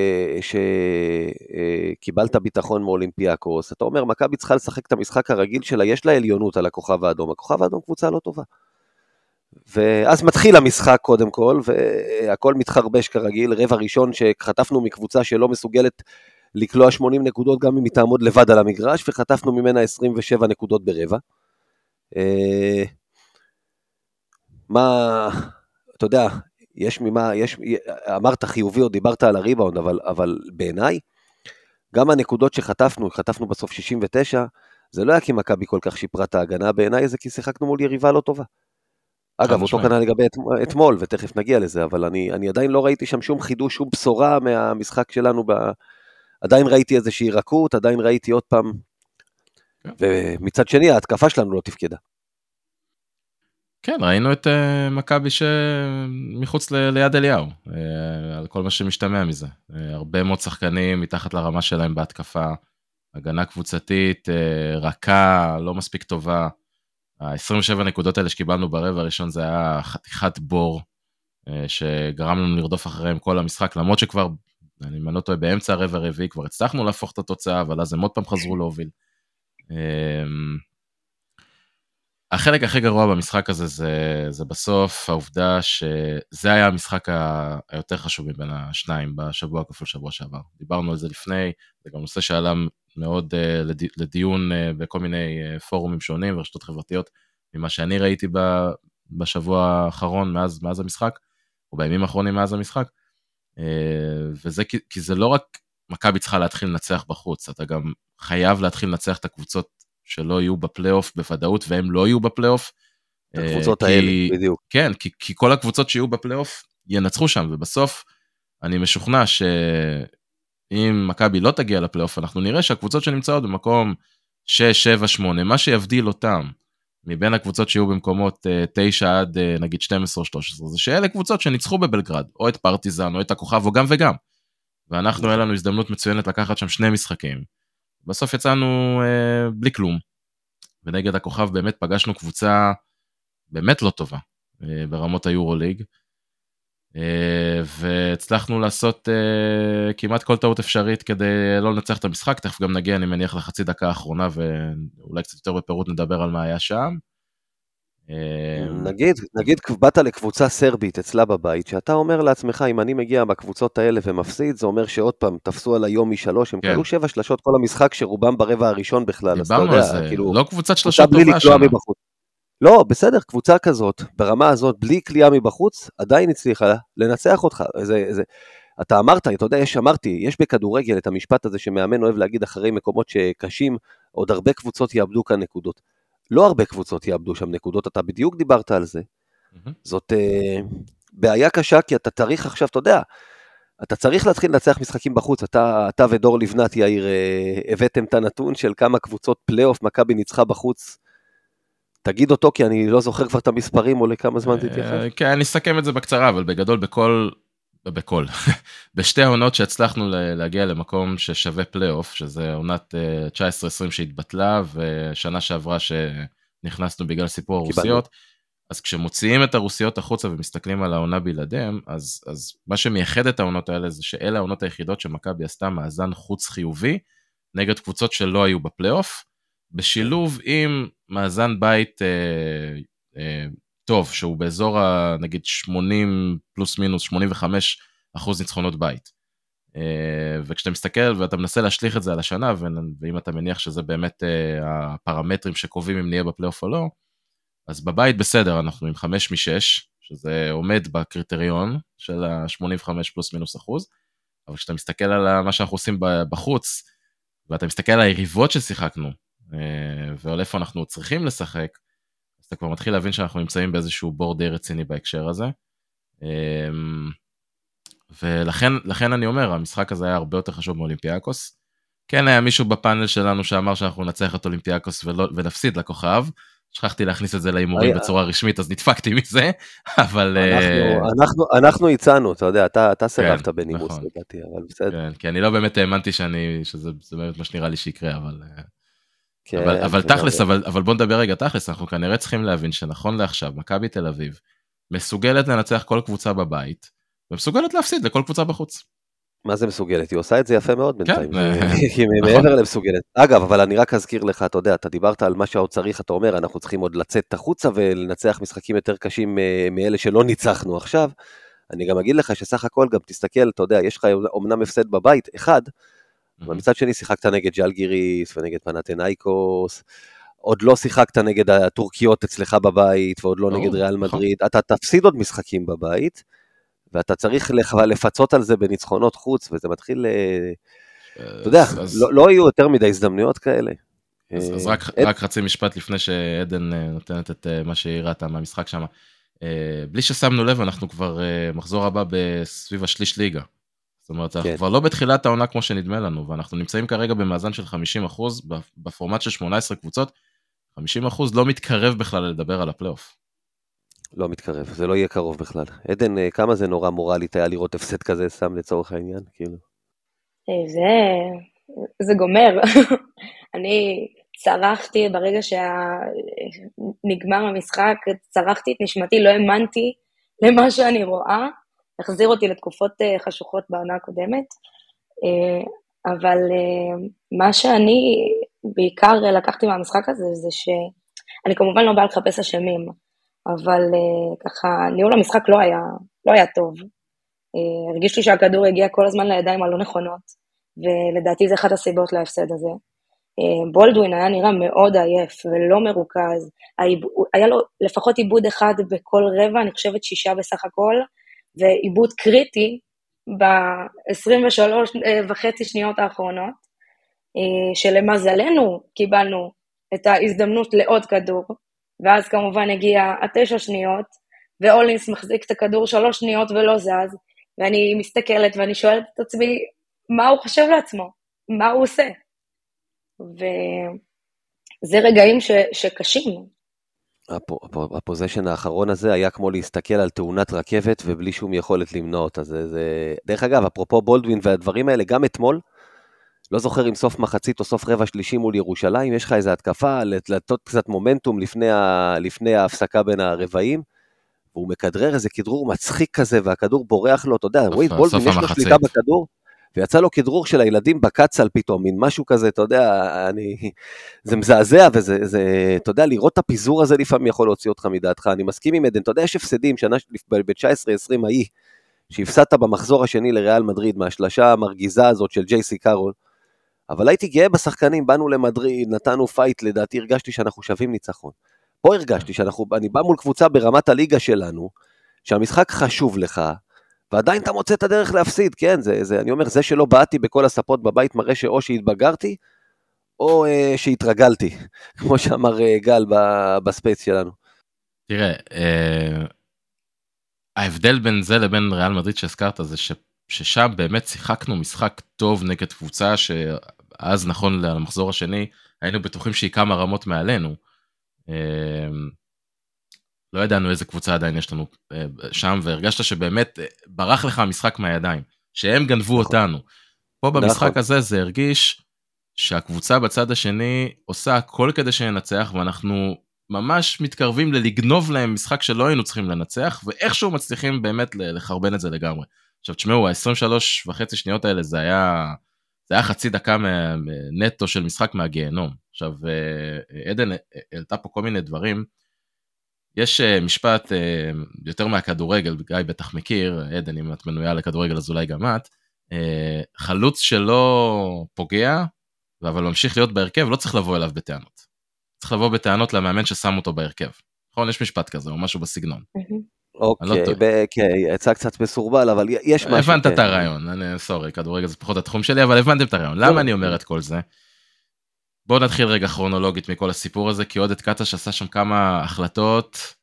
שקיבלת ביטחון מאולימפיאקוס, אתה אומר, מכבי צריכה לשחק את המשחק הרגיל שלה, יש לה עליונות על הכוכב האדום, הכוכב האדום קבוצה לא טובה. ואז מתחיל המשחק קודם כל, והכל מתחרבש כרגיל, רבע ראשון שחטפנו מקבוצה שלא מסוגלת לקלוע שמונים נקודות, גם אם היא תעמוד לבד על המגרש, וחטפנו ממנה עשרים ושבע נקודות ברבע. מה, אתה יודע, יש ממה, יש, אמרת חיובי או דיברת על הריבאונד, אבל, אבל בעיניי, גם הנקודות שחטפנו, חטפנו בסוף שישים ותשע, זה לא היה כי מכבי כל כך שיפרה את ההגנה, בעיניי זה כי שיחקנו מול יריבה לא טובה. אגב, אותו כנ"ל לגבי אתמול, ותכף נגיע לזה, אבל אני, אני עדיין לא ראיתי שם שום חידוש, שום בשורה מהמשחק שלנו, ב... עדיין ראיתי איזושהי רכות, עדיין ראיתי עוד פעם, ומצד שני, ההתקפה שלנו לא תפקדה. כן, ראינו את uh, מכבי שמחוץ ל- ליד אליהו, uh, על כל מה שמשתמע מזה. Uh, הרבה מאוד שחקנים מתחת לרמה שלהם בהתקפה, הגנה קבוצתית, uh, רכה, לא מספיק טובה. ה-עשרים ושבע נקודות האלה שקיבלנו ברבע הראשון, זה היה חתיכת בור, uh, שגרם לנו לרדוף אחריהם כל המשחק, למרות שכבר, אני לא טועה, באמצע הרבע הרביעי, כבר הצלחנו להפוך את התוצאה, אבל אז הם עוד פעם חזרו להוביל. Uh, החלק הכי גרוע במשחק הזה זה, זה בסוף העובדה שזה היה המשחק ה- היותר חשוב מבין השניים בשבוע כפול שבוע שעבר. דיברנו על זה לפני, זה גם נושא שעלה מאוד uh, לד, לדיון uh, בכל מיני uh, פורומים שונים ורשתות חברתיות, ממה שאני ראיתי ב, בשבוע האחרון מאז, מאז המשחק, או בימים האחרונים מאז המשחק, uh, וזה כי, כי זה לא רק מכבי צריכה להתחיל לנצח בחוץ, אתה גם חייב להתחיל לנצח את הקבוצות שלא יהיו בפלייאוף בוודאות, והם לא יהיו בפלייאוף. הקבוצות כי, האלה, בדיוק. כן, כי, כי כל הקבוצות שיהיו בפלייאוף ינצחו שם, ובסוף אני משוכנע שאם מכבי לא תגיע לפלייאוף, אנחנו נראה שהקבוצות שנמצאות במקום שש, שבע, שמונה, מה שיבדיל אותם, מבין הקבוצות שיהיו במקומות תשע עד נגיד שתים עשרה או שלוש עשרה, זה שאלה קבוצות שניצחו בבלגרד, או את פרטיזן, או את הכוכב, או גם וגם. ואנחנו, היה לנו הזדמנות מצוינת לקחת שם שני משחקים. בסוף יצאנו אה, בלי כלום, ונגד הכוכב באמת פגשנו קבוצה באמת לא טובה, אה, ברמות היורוליג, אה, והצלחנו לעשות אה, כמעט כל טעות אפשרית כדי לא לנצח את המשחק, תכף גם נגיע אני מניח לחצי דקה האחרונה, ואולי קצת יותר בפירוט נדבר על מה היה שם. נגיד, נגיד באת לקבוצה סרבית אצלה בבית, שאתה אומר לעצמך, אם אני מגיע בקבוצות האלה ומפסיד, זה אומר שעוד פעם תפסו על היום משלוש, הם כן. קלו שבע שלשות כל המשחק, שרובם ברבע הראשון בכלל, אז אתה יודע, זה. כאילו, לא קבוצת שלושות טובה שם. לא, בסדר, קבוצה כזאת, ברמה הזאת, בלי קליעה מבחוץ, עדיין הצליחה לנצח אותך, זה, זה, אתה אמרת, אתה יודע, יש, אמרתי, יש בכדורגל את המשפט הזה שמאמן אוהב להגיד אחרי מקומות שקשים, עוד הרבה קבוצות יאבדו כאן נקודות. לא הרבה קבוצות יאבדו שם נקודות, אתה בדיוק דיברת על זה. Mm-hmm. זאת uh, בעיה קשה, כי אתה צריך עכשיו, אתה יודע, אתה צריך להתחיל לנצח משחקים בחוץ, אתה, אתה ודור לבנת יאיר, uh, הבאתם את הנתון של כמה קבוצות פלייאוף, מכבי ניצחה בחוץ, תגיד אותו, כי אני לא זוכר כבר את המספרים, או לכמה זמן זה תתייחס. כן, אני אסכם את זה בקצרה, אבל בגדול, בכל, בכל, בשתי העונות שהצלחנו להגיע למקום ששווה פלייאוף, שזה עונת תשע עשרה עשרים שהתבטלה, ושנה שעברה שנכנסנו בגלל סיפור הרוסיות, אז כשמוציאים את הרוסיות החוצה ומסתכלים על העונה בלעדיהם, אז, אז מה שמייחד את העונות האלה זה שאלה העונות היחידות שמכבי עשתה מאזן חוץ חיובי, נגד קבוצות שלא היו בפלייאוף, בשילוב עם מאזן בית אה, אה, טוב, שהוא באזור ה, נגיד שמונים פלוס מינוס, שמונים וחמש אחוז ניצחונות בית. אה, וכשאתה מסתכל ואתה מנסה להשליך את זה על השנה, ואם אתה מניח שזה באמת אה, הפרמטרים שקובעים אם נהיה בפלייאוף או לא, אז בבית בסדר, אנחנו עם חמש משש, שזה עומד בקריטריון של ה-שמונים וחמש פלוס מינוס אחוז, אבל כשאתה מסתכל על מה שאנחנו עושים בחוץ, ואתה מסתכל על היריבות ששיחקנו, ועל איפה אנחנו צריכים לשחק, אז אתה כבר מתחיל להבין שאנחנו נמצאים באיזשהו בור די רציני בהקשר הזה, ולכן לכן אני אומר, המשחק הזה היה הרבה יותר חשוב מאולימפיאקוס, כן היה מישהו בפאנל שלנו שאמר שאנחנו נצח את אולימפיאקוס ולא, ונפסיד לכוכב, שכחתי להכניס את זה לאימורים בצורה רשמית, אז נדפקתי מזה, אבל... אנחנו, אנחנו, אנחנו הצענו, אתה יודע, אתה, אתה סרבת בנימוס, לדעתי, אבל בסדר. כן, כי אני לא באמת האמנתי שאני, שזה באמת מה שנראה לי שיקרה, אבל... אבל, אבל תכלס, אבל, אבל בוא נדבר רגע תכלס, אנחנו כנראה צריכים להבין שנכון לעכשיו, מכבי תל אביב, מסוגלת לנצח כל קבוצה בבית, ומסוגלת להפסיד לכל קבוצה בחוץ. מה זה מסוגלת? היא עושה את זה יפה מאוד בינתיים, כי מעבר למסוגלת. אגב, אבל אני רק אזכיר לך, אתה יודע, אתה דיברת על מה שעוד צריך, אתה אומר, אנחנו צריכים עוד לצאת החוצה ולנצח משחקים יותר קשים מאלה שלא ניצחנו עכשיו. אני גם אגיד לך שסך הכל גם תסתכל, אתה יודע, יש לך אומנם הפסד בבית, אחד, אבל מצד שני שיחקת נגד ג'לגיריס ונגד פנתנאיקוס, עוד לא שיחקת נגד הטורקיות אצלך בבית, ועוד לא נגד ריאל מדריד, אתה תפסיד עוד משחקים בבית, ואתה צריך לפצות על זה בניצחונות חוץ, וזה מתחיל, אתה יודע, לא יהיו יותר מדי הזדמנויות כאלה. אז, אז רק, רק חצי משפט לפני שעדן נותנת את מה שהיא ראתה מהמשחק שם. בלי ששמנו לב, אנחנו כבר מחזור הבא בסביב השליש ליגה. זאת אומרת, אנחנו כבר לא בתחילת העונה כמו שנדמה לנו, ואנחנו נמצאים כרגע במאזן של חמישים אחוז, בפורמט של שמונה עשרה קבוצות, חמישים אחוז לא מתקרב בכלל לדבר על הפלייאוף. לא מתקרב, זה לא יהיה קרוב בכלל. עדן, כמה זה נורא מורלית היה לראות הפסד כזה, שם לצורך העניין, כאילו? זה, זה גומר. אני צרחתי ברגע שנגמר המשחק, צרחתי את נשמתי, לא האמנתי למה שאני רואה, החזיר אותי לתקופות חשוכות בעונה הקודמת, אבל מה שאני בעיקר לקחתי מהמשחק הזה, זה שאני כמובן לא באה לחפש אשמים, אבל ככה ניהול המשחק לא היה, לא היה טוב. הרגיש לי שהכדור הגיע כל הזמן לידיים הלא נכונות, ולדעתי זה אחת הסיבות להפסד הזה. בולדווין היה נראה מאוד עייף ולא מרוכז, היה לו לפחות עיבוד אחד בכל רבע, אני חושבת שישה בסך הכל, ועיבוד קריטי ב-עשרים ושלוש וחצי שניות האחרונות, שלמזלנו קיבלנו את ההזדמנות לעוד כדור, ואז כמובן הגיע התשע שניות, ואולינס מחזיק את הכדור שלוש שניות ולא זז, ואני מסתכלת ואני שואלת את עצמי, מה הוא חושב לעצמו? מה הוא עושה? וזה רגעים ש, שקשים. הפוזיישן האחרון הזה היה כמו להסתכל על תאונת רכבת, ובלי שום יכולת למנוע אותה. זה, זה... דרך אגב, אפרופו בולדווין והדברים האלה, גם אתמול, לא זוכר אם סוף מחצית או סוף רבע שלישי מול ירושלים, יש לך איזו התקפה, לתת קצת מומנטום לפני, ה... לפני ההפסקה בין הרבעים, והוא מקדרר איזה כדרור מצחיק כזה, והכדור בורח לו, אתה יודע, ווייד בולדווין יש לו שליטה בכדור, ויצא לו כדרור של הילדים בקצל פתאום, מין משהו כזה, אתה יודע, אני, זה מזעזע, וזה, זה, אתה יודע, לראות את הפיזור הזה לפעמים יכול להוציא אותך מדעתך, אני מסכים עם עדן, אתה יודע, יש הפסדים, שנה ב-תשע עשרה עשרים ההיא, שהפסדת במחזור השני לריאל מדריד, מהשלשה המרגיזה הזאת של ג'יי סי קארול, אבל הייתי גאה בשחקנים, באנו למדריד, נתנו פייט, לדעתי הרגשתי שאנחנו שווים ניצחון. פה הרגשתי שאנחנו, אני בא מול קבוצה ברמת הליגה שלנו, שהמשחק חשוב לך, ועדיין אתה מוצא את הדרך להפסיד, כן, זה, זה, אני אומר, זה שלא באתי בכל הספות בבית מראה שאו שהתבגרתי, או אה, שהתרגלתי, כמו שאמר אה, גל ב, בספייס שלנו. תראה, אה, ההבדל בין זה לבין ריאל מדריד שהזכרת, זה ש, ששם באמת שיחקנו משחק טוב נגד קבוצה, שאז נכון למחזור השני, היינו בטוחים שהיא כמה רמות מעלינו, אה, לא ידענו איזה קבוצה עדיין יש לנו שם, והרגשת שבאמת ברח לך המשחק מהידיים, שהם גנבו אותנו. פה במשחק הזה זה הרגיש שהקבוצה בצד השני עושה הכל כדי שננצח, ואנחנו ממש מתקרבים ללגנוב להם משחק שלא היינו צריכים לנצח, ואיכשהו מצליחים באמת לחרבן את זה לגמרי. עכשיו תשמעו, ה-עשרים ושלוש וחצי שניות האלה, זה היה, זה היה חצי דקה נטו של משחק מהגיהנום. עכשיו, עדן העלתה פה כל מיני דברים, יש משפט יותר מהכדורגל, גיא בטח מכיר, עדן אם את מנויה לכדורגל אז אולי גם את, חלוץ שלא פוגע, אבל ממשיך להיות בהרכב, לא צריך לבוא אליו בטענות. צריך לבוא בטענות למאמן ששם אותו בהרכב. נכון, יש משפט כזה או משהו בסגנון. אוקיי, יצא קצת מסורבל, אבל יש משהו. הבנת את הרעיון, סורי, כדורגל זה פחות התחום שלי, אבל הבנתם את הרעיון. למה אני אומר את כל זה? בואו נתחיל רגע כרונולוגית מכל הסיפור הזה, כי עודד קטש עשה שם כמה החלטות,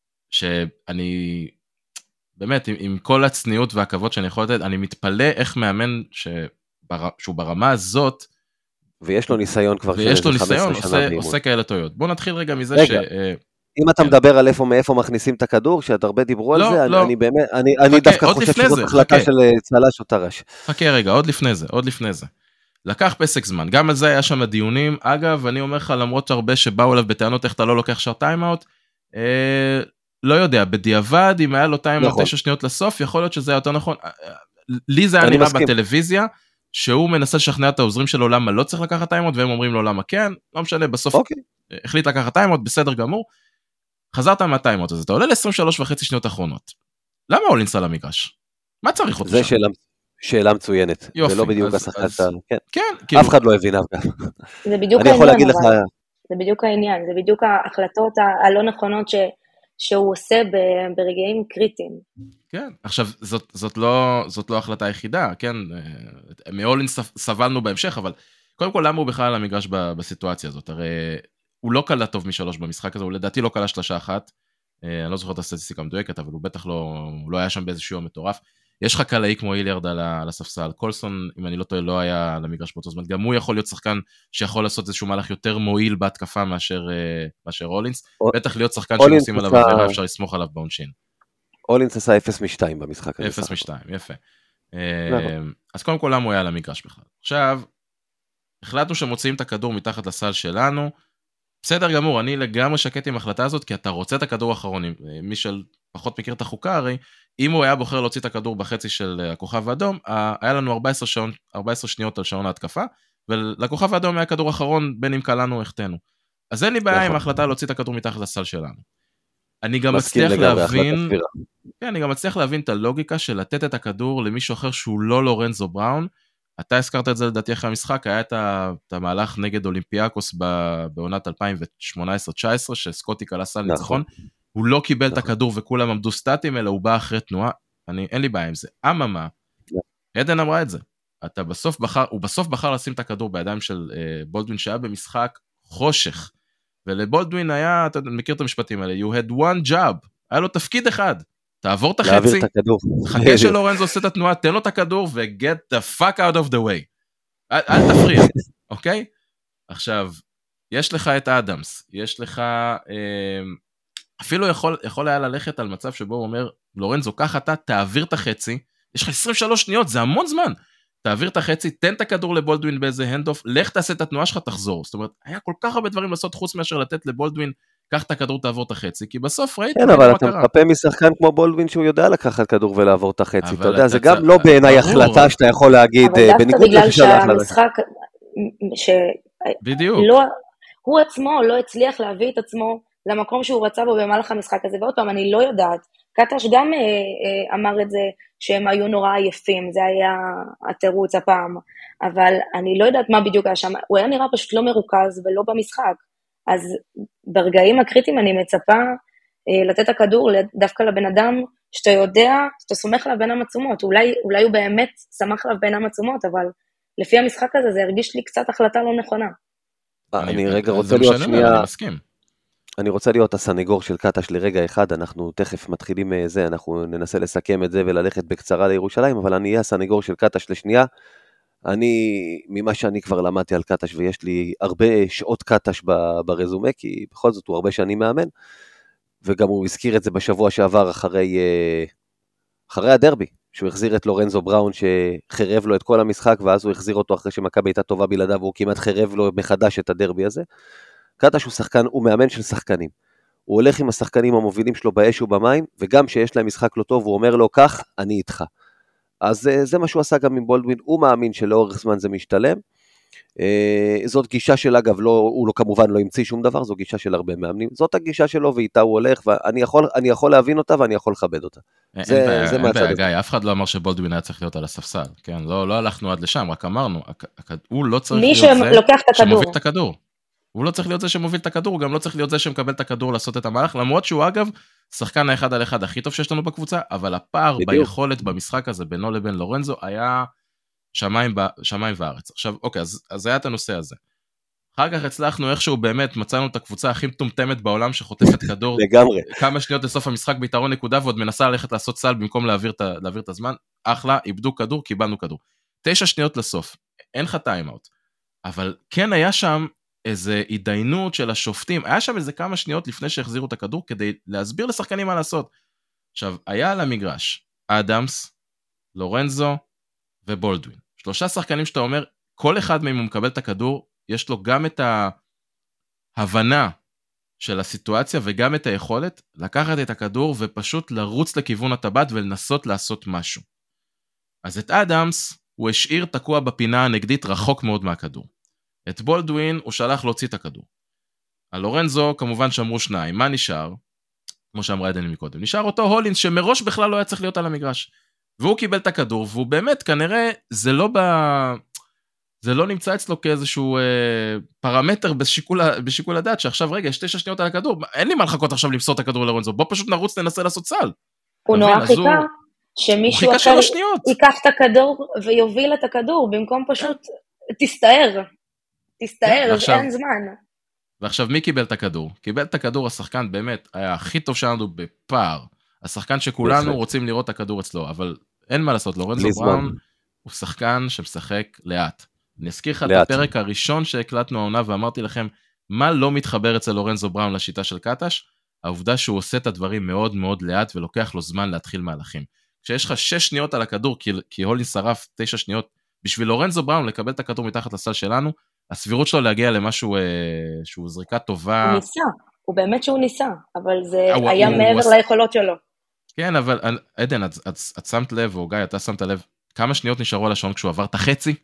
שאני, באמת, עם, עם כל הצניעות והכבוד שאני יכול לתת, אני מתפלא איך מאמן שבר, שהוא ברמה הזאת, ויש לו ניסיון כבר, ויש לו ניסיון, עושה, עושה כאלה טעויות. בואו נתחיל רגע מזה רגע, ש... אם אתה כן. מדבר על איפה, מאיפה מכניסים את הכדור, שעד הרבה דיברו לא, על זה, לא. אני, אני באמת, אני, אני דווקא חושב שזאת החלטה של צלש או טרש. חכה רגע, עוד לפני זה, עוד לפני זה. לקח פסק זמן, גם על זה היה שם הדיונים, אגב, אני אומר לך, למרות הרבה שבאו אליו בטענות, איך אתה לא לוקח שער טיימאוט, אה, לא יודע, בדיעבד, אם היה לו טיימאוט נכון. תשע שניות לסוף, יכול להיות שזה היה יותר נכון, לי זה היה נראה מסכים. בטלוויזיה, שהוא מנסה לשכנע את העוזרים שלו למה לא צריך לקחת טיימאוט, והם אומרים לו למה כן, לא משנה, בסוף אוקיי. החליט לקחת טיימאוט, בסדר גמור, חזרת מהטיימאוט הזה, אתה עולה ל-עשרים ושלוש וחצי שניות האחרונות, למה אולינס על המגרש? מה צריך אותו שם? שאלה, שאלה מצוינת, יופי, זה לא בדיוק השחקן, כן. כן, אף כאילו... אחד לא הבין אף אחד. זה בדיוק אני יכול להגיד לך... זה בדיוק העניין, זה בדיוק ההחלטות הלא נכונות ש... שהוא עושה ברגעים קריטיים. כן, עכשיו, זאת, זאת לא, זאת לא החלטה היחידה, כן, מאולינס סבלנו בהמשך, אבל קודם כל, למה הוא בכלל על המגרש בסיטואציה הזאת? הרי הוא לא קלה טוב משלוש במשחק הזה, הוא לדעתי לא קלה שלושה אחת, אני לא זוכר את הסטטיסטיקה המדויקת, אבל הוא בטח לא, הוא לא היה שם באיזשהו מטורף. יש לך קלעי כמו איליארד על הספסל, קולסון, אם אני לא טועה, לא היה על המגרש באותו זמן, גם הוא יכול להיות שחקן שיכול לעשות איזשהו מהלך יותר מועיל בהתקפה מאשר, מאשר הולינס, בטח להיות שחקן שעושים עליו עבירה, אפשר לסמוך עליו בעונשין. הולינס עשה אפס משתיים במשחק הזה. אפס משתיים, יפה. אז קודם כל, למה הוא היה על המגרש בכלל? עכשיו, החלטנו שמוציאים את הכדור מתחת לסל שלנו, בסדר גמור, אני לגמרי שקט עם ההחלטה הזאת, כי אתה רוצה את הכדור האחרון, מי שפחות מכיר את החוקה הרי, אם הוא היה בוחר להוציא את הכדור בחצי של הכוכב האדום, היה לנו ארבע עשרה, שעון, ארבע עשרה שניות על שעון ההתקפה, ולכוכב האדום היה כדור אחרון, בין אם קלענו או החטאנו. אז אין לי בעיה עם ההחלטה להוציא את הכדור מתחת לסל שלנו. אני גם מצליח להבין, כן, אני גם מצליח להבין את הלוגיקה של לתת את הכדור למישהו אחר שהוא לא לורנזו בראון. אתה הזכרת את זה לדעתי אחרי המשחק, היה את המהלך נגד אולימפיאקוס בעונת אלפיים שמונה עשרה תשע עשרה, שסקוטי קלע סל ניצחון, הוא לא קיבל את הכדור וכולם עמדו סטטים, אלא הוא בא אחרי תנועה, אני, אין לי בעיה עם זה. אממה, עדן אמרה את זה, אתה בסוף בחר, הוא בסוף בחר לשים את הכדור בידיים של uh, בולדווין, שהיה במשחק חושך, ולבולדווין היה, אתה מכיר את המשפטים האלה, you had one job, היה לו תפקיד אחד, תעבור את החצי, חכה שלורנזו עושה את התנועה, תן לו את הכדור, ו-get the fuck out of the way. אל, אל תפריע, אוקיי? עכשיו, יש לך את אדמס, יש לך, אה, אפילו יכול, יכול היה ללכת על מצב שבו הוא אומר, לורנזו, קח אתה, תעביר את החצי, יש לך עשרים ושלוש שניות, זה המון זמן, תעביר את החצי, תן את הכדור לבולדווין באיזה הנד-אוף, לך תעשה את התנועה שלך, תחזור. זאת אומרת, היה כל כך הרבה דברים לעשות חוץ מאשר לתת לבולדווין, קח את הכדור, תעבור את החצי, כי בסוף ראית... כן, אבל אתה מצפה משחקן כמו בולדווין שהוא יודע לקחת כדור ולעבור את החצי, אתה יודע, זה גם לא בעיניי החלטה שאתה יכול להגיד, בניגוד בגלל שהמשחק, בדיוק. הוא עצמו לא הצליח להביא את עצמו למקום שהוא רצה בו במהלך המשחק הזה, ועוד פעם, אני לא יודעת, קטש גם אמר את זה, שהם היו נורא עייפים, זה היה התירוץ הפעם, אבל אני לא יודעת מה בדיוק היה שם, הוא היה נראה פשוט לא מרוכז ולא במשחק, אז ברגעים הקריטיים אני מצפה אה, לתת הכדור דווקא לבן אדם שאתה יודע, שאתה סומך עליו בין המצומות, אולי, אולי הוא באמת סמך עליו בין המצומות, אבל לפי המשחק הזה זה הרגיש לי קצת החלטה לא נכונה. אני, אני רגע רוצה להיות שנייה, אני מסכים. אני רוצה להיות הסנגור של קטש לרגע אחד, אנחנו תכף מתחילים זה, אנחנו ננסה לסכם את זה וללכת בקצרה לירושלים, אבל אני אהיה הסנגור של קטש לשנייה, אני, ממה שאני כבר למדתי על קטש, ויש לי הרבה שעות קטש ברזומה, כי בכל זאת הוא הרבה שנים מאמן, וגם הוא הזכיר את זה בשבוע שעבר אחרי, אחרי הדרבי, שהוא החזיר את לורנזו בראון, שחרב לו את כל המשחק, ואז הוא החזיר אותו אחרי שמכבי הייתה טובה בלעדיו, והוא כמעט חרב לו מחדש את הדרבי הזה. קטש הוא שחקן, הוא מאמן של שחקנים. הוא הולך עם השחקנים המובילים שלו באש ובמים, וגם שיש להם משחק לא טוב, הוא אומר לו, כך, אני איתך. אז זה מה שהוא עשה גם עם בולדווין, הוא מאמין שלאורך זמן זה משתלם, זאת גישה של אגב, לא, הוא לא, כמובן לא המציא שום דבר, זו גישה של הרבה מאמנים, זאת הגישה שלו ואיתה הוא הולך, ואני יכול, אני יכול להבין אותה ואני יכול לכבד אותה. אין זה, בעיה, זה אין בעיה, גיא, אף אחד לא אמר שבולדווין היה צריך להיות על הספסל, כן, לא, לא הלכנו עד לשם, רק אמרנו, הוא לא צריך להיות זה שמוביל את הכדור. הוא לא צריך להיות זה שמוביל את הכדור, הוא גם לא צריך להיות זה שמקבל את הכדור לעשות את המהלך, למרות שהוא אגב, שחקן האחד על אחד הכי טוב שיש לנו בקבוצה, אבל הפער בדיוק. ביכולת במשחק הזה, בינו לבין לורנזו, היה שמיים, שמיים וארץ. עכשיו, אוקיי, אז, אז היה את הנושא הזה. אחר כך הצלחנו איכשהו באמת, מצאנו את הקבוצה הכי מטומטמת בעולם, שחוטפת כדור, לגמרי. כמה שניות לסוף המשחק ביתרון נקודה, ועוד מנסה ללכת לעשות סל, במקום להעביר את, להעביר את הזמן, אחלה, איבדו כדור, קיבלנו כדור. תשע שניות לסוף, אין לך טיימאוט. אבל כן היה שם איזה עדיינות של השופטים, היה שם איזה כמה שניות לפני שהחזירו את הכדור, כדי להסביר לשחקנים מה לעשות. עכשיו, היה על המגרש, אדמס, לורנזו ובולדווין. שלושה שחקנים שאתה אומר, כל אחד מהם הוא מקבל את הכדור, יש לו גם את ההבנה של הסיטואציה, וגם את היכולת לקחת את הכדור, ופשוט לרוץ לכיוון הטבעת, ולנסות לעשות משהו. אז את אדמס, הוא השאיר תקוע בפינה הנגדית, רחוק מאוד מהכדור. את בולדווין הוא שלח להוציא את הכדור. על לורנזו כמובן שמרו שניים. מה נשאר? כמו שאמרה עדן מקודם. נשאר אותו הולינס שמראש בכלל לא היה צריך להיות על המגרש. והוא קיבל את הכדור, והוא באמת כנראה זה לא ב... זה לא נמצא אצלו כאיזשהו אה, פרמטר בשיקול, בשיקול הדעת, שעכשיו רגע, יש תשע שניות על הכדור, אין לי מה לחכות עכשיו למסור את הכדור ללורנזו, בוא פשוט נרוץ ננסה לעשות סל. הוא נורא חיכה שמישהו אחר ייקח את הכדור ויוביל את הכדור, במקום פשוט תסתער. תסתער, ועכשיו- אין זמן. ועכשיו מי קיבל את הכדור? קיבל את הכדור השחקן באמת היה הכי טוב שלנו בפער. השחקן שכולנו בהחלט. רוצים לראות את הכדור אצלו, אבל אין מה לעשות, לורנזו בלי זמן. בראון הוא שחקן שמשחק לאט. אני אזכיר לך את לאט. הפרק הראשון שהקלטנו העונה ואמרתי לכם, מה לא מתחבר אצל לורנזו בראון לשיטה של קטש? העובדה שהוא עושה את הדברים מאוד מאוד לאט ולוקח לו זמן להתחיל מהלכים. כשיש לך שש שניות על הכדור, כי, כי הולין שרף תשע שניות, בשביל לורנזו בראון לקבל את הכדור מתחת לסל שלנו, הסבירות שלו להגיע למשהו אה, שהוא זריקה טובה. הוא ניסה, הוא באמת שהוא ניסה, אבל זה הוא- היה הוא- מעבר הוא- ליכולות שלו. כן, אבל עדן, את, את, את שמת לב, או גיא, אתה שמת לב, כמה שניות נשארו על השעון כשהוא עבר את החצי?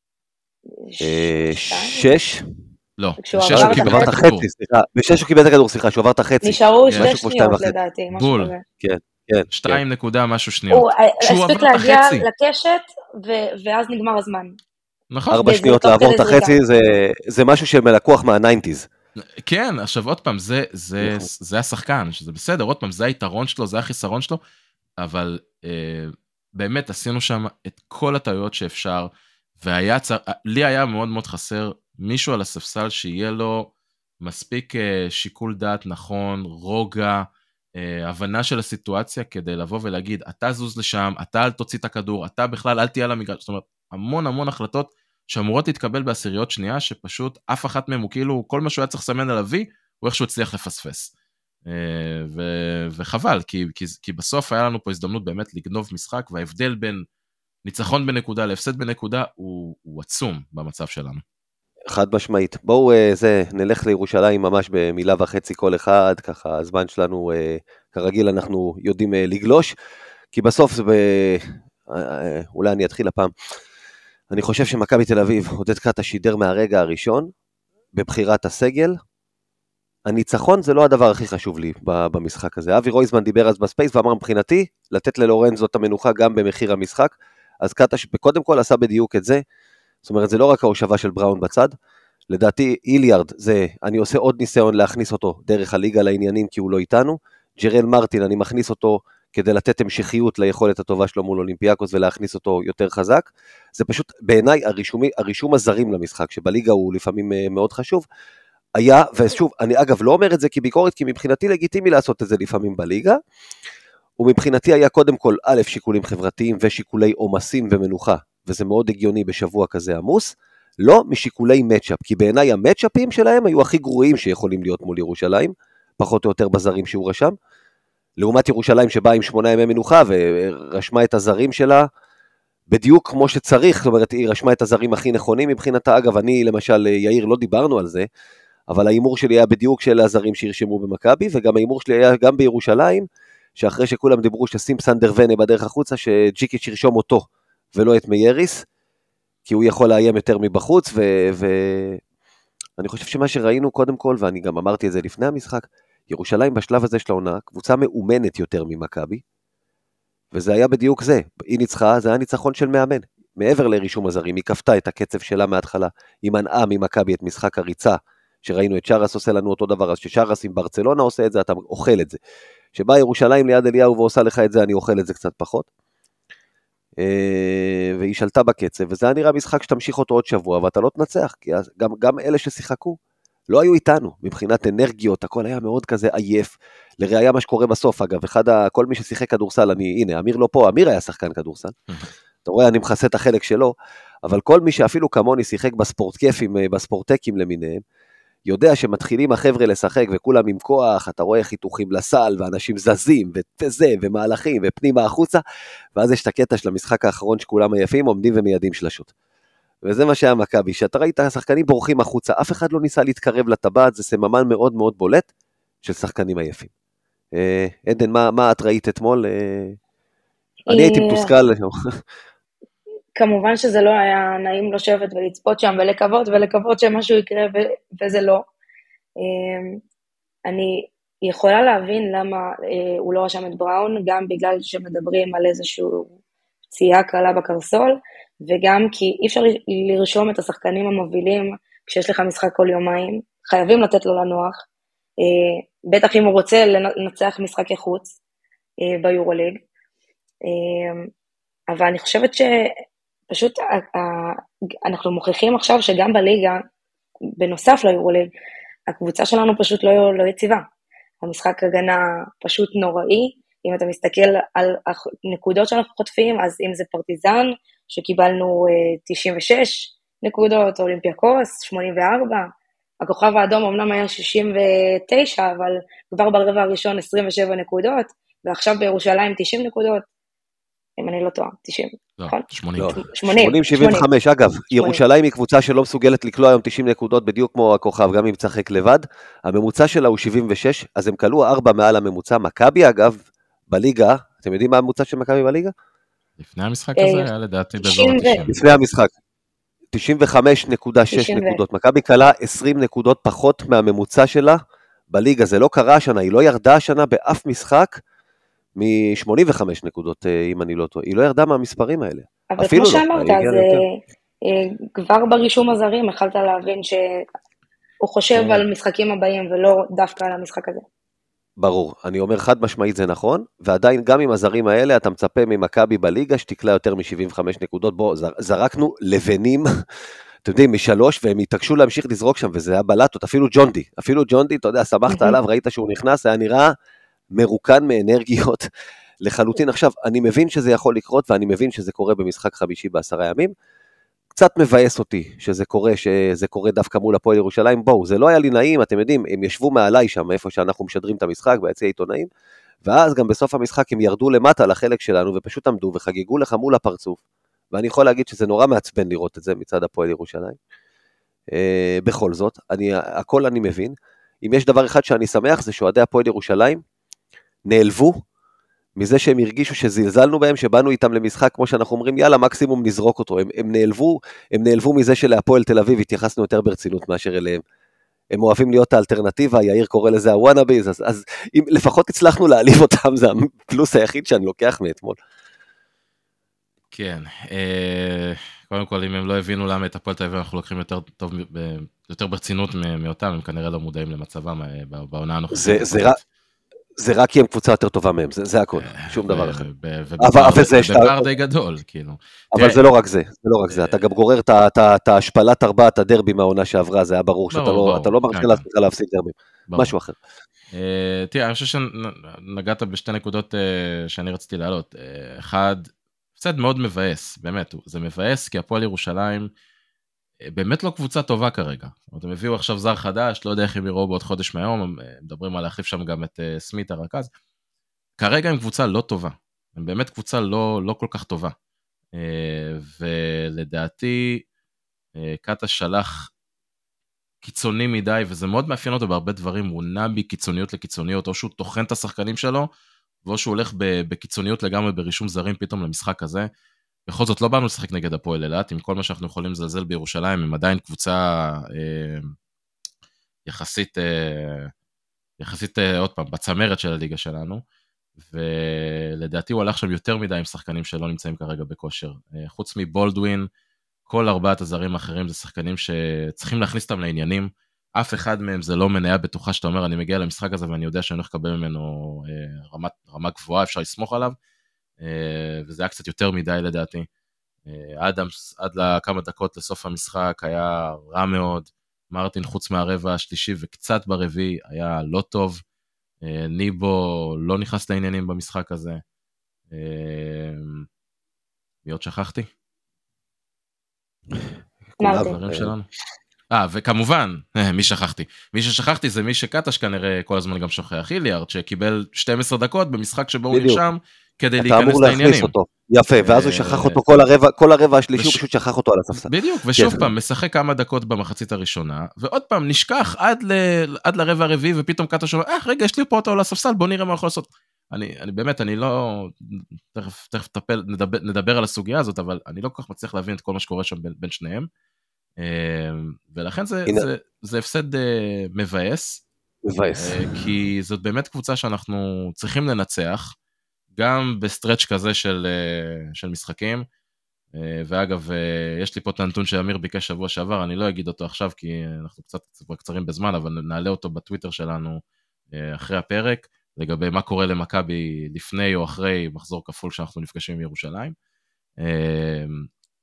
אה, שתיים? שש? לא, כשהוא בשש עבר הוא את קיבל עבר את את הכדור. החצי, סליחה. בשש הוא קיבל את הכדור, סליחה, שהוא עבר את החצי. נשארו כן. שתי משהו כמו שתיים שניות וחצי. לדעתי, משהו בול. כזה. כן, כן. שתיים נקודה משהו שניות. הוא כשהוא הספיק עבר את להגיע החצי. לקשת, ו- ואז נגמר הזמן. נכון. ארבע וזה שניות תוך לעבור כדי את החצי, זה- זה משהו שמלקוח מהניינטיז. כן, עכשיו עוד פעם, זה, זה, נכון. זה השחקן, שזה בסדר, עוד פעם, זה היתרון שלו, זה החיסרון שלו, אבל אה, באמת עשינו שם את כל הטעויות שאפשר, והיה צר... לי היה מאוד מאוד חסר מישהו על הספסל שיהיה לו מספיק אה, שיקול דעת נכון, רוגע, אה, הבנה של הסיטואציה, כדי לבוא ולהגיד, אתה זוז לשם, אתה אל תוציא את הכדור, אתה בכלל אל תהיה על המגרש, זאת אומרת, המון המון החלטות שאמורות להתקבל בעשיריות שנייה, שפשוט אף אחת מהם הוא כאילו, כל מה שהוא היה צריך לסמן על אבי, הוא איכשהו הצליח לפספס. ו- וחבל, כי, כי, כי בסוף היה לנו פה הזדמנות באמת לגנוב משחק, וההבדל בין ניצחון בנקודה להפסד בנקודה, הוא, הוא עצום במצב שלנו. חד משמעית. בואו זה, נלך לירושלים ממש במילה וחצי כל אחד, ככה הזמן שלנו, כרגיל אנחנו יודעים לגלוש, כי בסוף זה, ב... אולי אני אתחיל הפעם, אני חושב שמכבי תל אביב, עודד קאטה שידר מהרגע הראשון, בבחירת הסגל, הניצחון זה לא הדבר הכי חשוב לי במשחק הזה. אבי רויזמן דיבר אז בספייס ואמר מבחינתי, לתת ללורנזו את המנוחה גם במחיר המשחק, אז קאטה קודם כל עשה בדיוק את זה, זאת אומרת זה לא רק ההושבה של בראון בצד, לדעתי איליארד זה, אני עושה עוד ניסיון להכניס אותו דרך הליגה לעניינים כי הוא לא איתנו, ג'רל מרטין אני מכניס אותו כדי לתת המשכיות ליכולת הטובה שלו מול אולימפיאקוס ולהכניס אותו יותר חזק, זה פשוט בעיניי הרישומי, הרישום הזרים למשחק שבליגה הוא לפעמים מאוד חשוב, היה, ושוב, אני אגב לא אומר את זה כביקורת, כי מבחינתי לגיטימי לעשות את זה לפעמים בליגה, ומבחינתי היה קודם כל א' שיקולים חברתיים ושיקולי עומסים ומנוחה, וזה מאוד הגיוני בשבוע כזה עמוס, לא משיקולי מצ'אפ, כי בעיניי המצ'אפים שלהם היו הכי גרועים שיכולים להיות מול ירושלים, פחות או יותר בזרים שהוא רשם, לעומת ירושלים שבאה עם שמונה ימי מנוחה, ורשמה את הזרים שלה, בדיוק כמו שצריך, זאת אומרת, היא רשמה את הזרים הכי נכונים מבחינתה, אגב, אני למשל, יאיר, לא דיברנו על זה, אבל האימור שלי היה בדיוק של הזרים שירשמו במכבי, וגם האימור שלי היה גם בירושלים, שאחרי שכולם דיברו ששים סנדר ונה בדרך החוצה, שג'יקיץ' ירשום אותו, ולא את מייריס, כי הוא יכול לאיים יותר מבחוץ, ואני ו... חושב שמה שראינו קודם כל, ואני גם אמרתי את זה לפני המשחק, ירושלים בשלב הזה של העונה, קבוצה מאומנת יותר ממכבי, וזה היה בדיוק זה, היא ניצחה, זה היה ניצחון של מאמן, מעבר לרישום הזרים, היא כפתה את הקצב שלה מההתחלה, היא מנעה ממכבי את משחק הריצה, שראינו את שרס עושה לנו אותו דבר, אז ששרס עם ברצלונה עושה את זה, אתה אוכל את זה. שבא ירושלים ליד אליהו ועושה לך את זה, אני אוכל את זה קצת פחות. והיא שלטה בקצב, וזה היה נראה משחק שתמשיך אותו עוד שבוע, ואתה לא תנצח, כי גם, גם אלה ששיחקו, לא היו איתנו, מבחינת אנרגיות, הכל היה מאוד כזה עייף, לראיה מה שקורה בסוף, אגב, אחד, ה, כל מי ששיחק כדורסל, אני, הנה, אמיר לא פה, אמיר היה שחקן כדורסל, אתה רואה, אני מכסה את החלק שלו, אבל כל מי שאפילו כמוני שיחק בספורט כיפים, בספורטקים למיניהם, יודע שמתחילים החבר'ה לשחק, וכולם עם כוח, אתה רואה חיתוכים לסל, ואנשים זזים, וזה, ומהלכים, ופנימה החוצה, ואז יש את הקטע של המשחק האחרון, שכולם עייפים, עומדים ומיידים שלשות. וזה מה שהיה מכבי, שאתה ראית, השחקנים בורחים החוצה, אף אחד לא ניסה להתקרב לטבעת, זה סממן מאוד מאוד בולט, של שחקנים עייפים. עדן, מה, מה את ראית אתמול? אני הייתי מתוסכל. כמובן שזה לא היה נעים לשבת ולצפות שם ולקוות ולקוות שמשהו יקרה ו- וזה לא. אני יכולה להבין למה הוא לא רשם את בראון, גם בגלל שמדברים על איזשהו פציעה קלה בקרסול, וגם כי אי אפשר לרשום את השחקנים המובילים כשיש לך משחק כל יומיים, חייבים לתת לו לנוח, בטח אם הוא רוצה לנצח משחק חוץ ביורוליג, אבל אני חושבת ש... פשוט אנחנו מוכיחים עכשיו שגם בליגה בנוסף ליורוליג, הקבוצה שלנו פשוט לא, לא יציבה. המשחק הגנה פשוט נוראי, אם אתה מסתכל על הנקודות שאנחנו חוטפים, אז אם זה פרטיזן, שקיבלנו תשעים ושש נקודות, אולימפיאקוס, שמונים וארבע, הכוכב האדום אמנם היה שישים ותשע, אבל כבר ברבע הראשון עשרים ושבע נקודות, ועכשיו בירושלים תשעים נקודות, אם אני לא טועה, תשעים, נכון? שמונים. שמונים שבעים וחמש, אגב, ירושלים היא קבוצה שלא מסוגלת לקלוע היום תשעים נקודות, בדיוק כמו הכוכב, גם אם צחק לבד, הממוצע שלה הוא שבעים ושש, אז הם קלעו ארבע מעל הממוצע, מכבי אגב, בליגה, אתם יודעים מה הממוצע של מכבי בליגה? לפני המשחק הזה היה לדעתי באזור תשעים. לפני המשחק. תשעים וחמש נקודה שש נקודות, מכבי קלה עשרים נקודות פחות מהממוצע שלה בליגה, זה לא קרה השנה, היא לא ירדה השנה באף משחק מ-שמונים וחמש נקודות, אם אני לא טועה, היא לא ירדה מהמספרים האלה. אבל כמו שאמרת, כבר ברישום הזרים החלת להבין שהוא חושב על משחקים הבאים ולא דווקא על המשחק הזה. ברור, אני אומר חד משמעית זה נכון, ועדיין גם עם הזרים האלה אתה מצפה ממכבי בליגה שתקלה יותר מ-שבעים וחמש נקודות, בוא, זרקנו לבנים, אתם יודעים, משלוש, והם התעקשו להמשיך לזרוק שם, וזה היה בלטות, אפילו ג'ונדי, אפילו ג'ונדי, אתה יודע, שמחת עליו, ראית שהוא נכנס, היה נראה מרוקן מאנרגיות לחלוטין. עכשיו, אני מבין שזה יכול לקרות, ואני מבין שזה קורה במשחק חמישי בעשרה ימים, קצת מבאס אותי שזה קורה, שזה קורה דווקא מול הפועל ירושלים, בואו, זה לא היה לי נעים, אתם יודעים, הם ישבו מעליי שם, איפה שאנחנו משדרים את המשחק, ביציע העיתונאים, ואז גם בסוף המשחק הם ירדו למטה לחלק שלנו, ופשוט עמדו וחגיגו לך מול הפרצוף, ואני יכול להגיד שזה נורא מעצבן לראות את זה מצד הפועל ירושלים, אה, בכל זאת, אני, הכל אני מבין, אם יש דבר אחד שאני שמח, זה שאוהדי הפועל ירושלים נעלבו, מזה שהם הרגישו שזלזלנו בהם, שבאנו איתם למשחק, כמו שאנחנו אומרים, יאללה, מקסימום נזרוק אותו. הם, הם נעלבו, הם נעלבו מזה שלהפועל תל אביב התייחסנו יותר ברצינות מאשר אליהם. הם אוהבים להיות האלטרנטיבה, יאיר קורא לזה הוואנאביז, אז, אז אם לפחות הצלחנו להעליב אותם, זה הפלוס היחיד שאני לוקח מאתמול. כן, קודם כל, אם הם לא הבינו למה את הפועל תל אביב, אנחנו לוקחים יותר טוב, יותר ברצינות מאותם, הם כנראה לא מודעים למצבם בעונה הנוכחית. זה, זה רק... זה רק כי הם קבוצה יותר טובה מהם, זה, זה הכל, שום דבר אחר. ובפער די גדול, כאילו. אבל זה לא רק זה, זה לא רק זה, אתה גם גורר את ההשפלת ארבעת הדרבי מהעונה שעברה, זה היה ברור שאתה לא מרשה לעצמך להפסיד דרבים, משהו אחר. תראה, אני חושב שנגעת בשתי נקודות שאני רציתי להעלות. אחד, קצת מאוד מבאס, באמת, זה מבאס, כי הפועל ירושלים באמת לא קבוצה טובה כרגע. הם הביאו עכשיו זר חדש, לא יודע איך הם יראו בעוד חודש מהיום, הם מדברים על להחליף שם גם את סמית הרכז. כרגע הם קבוצה לא טובה, הם באמת קבוצה לא, לא כל כך טובה. ולדעתי, קאטה שלח קיצוני מדי, וזה מאוד מאפיין אותו בהרבה דברים, הוא נע בקיצוניות לקיצוניות, או שהוא תוכן את השחקנים שלו, או שהוא הולך בקיצוניות לגמרי ברישום זרים פתאום למשחק הזה. בכל זאת לא באנו לשחק נגד הפועל אילת, עם כל מה שאנחנו יכולים לזלזל בירושלים, הם עדיין קבוצה אה, יחסית, אה, יחסית אה, עוד פעם, בצמרת של הליגה שלנו, ולדעתי הוא הלך שם יותר מדי עם שחקנים שלא נמצאים כרגע בכושר. אה, חוץ מבולדווין, כל ארבעת הזרים האחרים זה שחקנים שצריכים להכניס אותם לעניינים, אף אחד מהם זה לא מניה בטוחה שאתה אומר, אני מגיע למשחק הזה ואני יודע שאני הולך לקבל ממנו אה, רמת, רמה גבוהה, אפשר לסמוך עליו, וזה היה קצת יותר מדי לדעתי. אדמס עד לכמה דקות לסוף המשחק היה רע מאוד, מרטין חוץ מהרבע השלישי וקצת ברביעי היה לא טוב, ניבו לא נכנס לעניינים במשחק הזה. מי עוד שכחתי? דברים שלנו. אה, וכמובן, מי שכחתי? מי ששכחתי זה מי שקטש כנראה כל הזמן גם שוכח, היליארד, שקיבל שתים עשרה דקות במשחק שבו הוא נשם, כדי להיכנס לעניינים. יפה, ואז הוא שכח אותו כל הרבע, כל הרבע השלישי, הוא פשוט שכח אותו על הספסל. בדיוק, ושוב פעם, משחק כמה דקות במחצית הראשונה, ועוד פעם נשכח עד לרבע הרביעי, ופתאום קטש אומר, אה, רגע, יש לי פה אותו על הספסל, בוא נראה מה יכול לעשות. אני באמת, אני לא, תכף נדבר על הסוגיה הזאת, אבל אני לא כל כך מצליח להבין את כל מה שקורה שם בין שניהם, ולכן זה הפסד מבאס, כי זאת באמת קבוצה שאנחנו צריכים לנצח, גם בסטרץ' כזה של, של משחקים, ואגב, יש לי פה את הנתון שאמיר ביקש שבוע שעבר, אני לא אגיד אותו עכשיו, כי אנחנו קצת קצרים בזמן, אבל נעלה אותו בטוויטר שלנו אחרי הפרק, לגבי מה קורה למכבי לפני או אחרי מחזור כפול שאנחנו נפגשים עם ירושלים.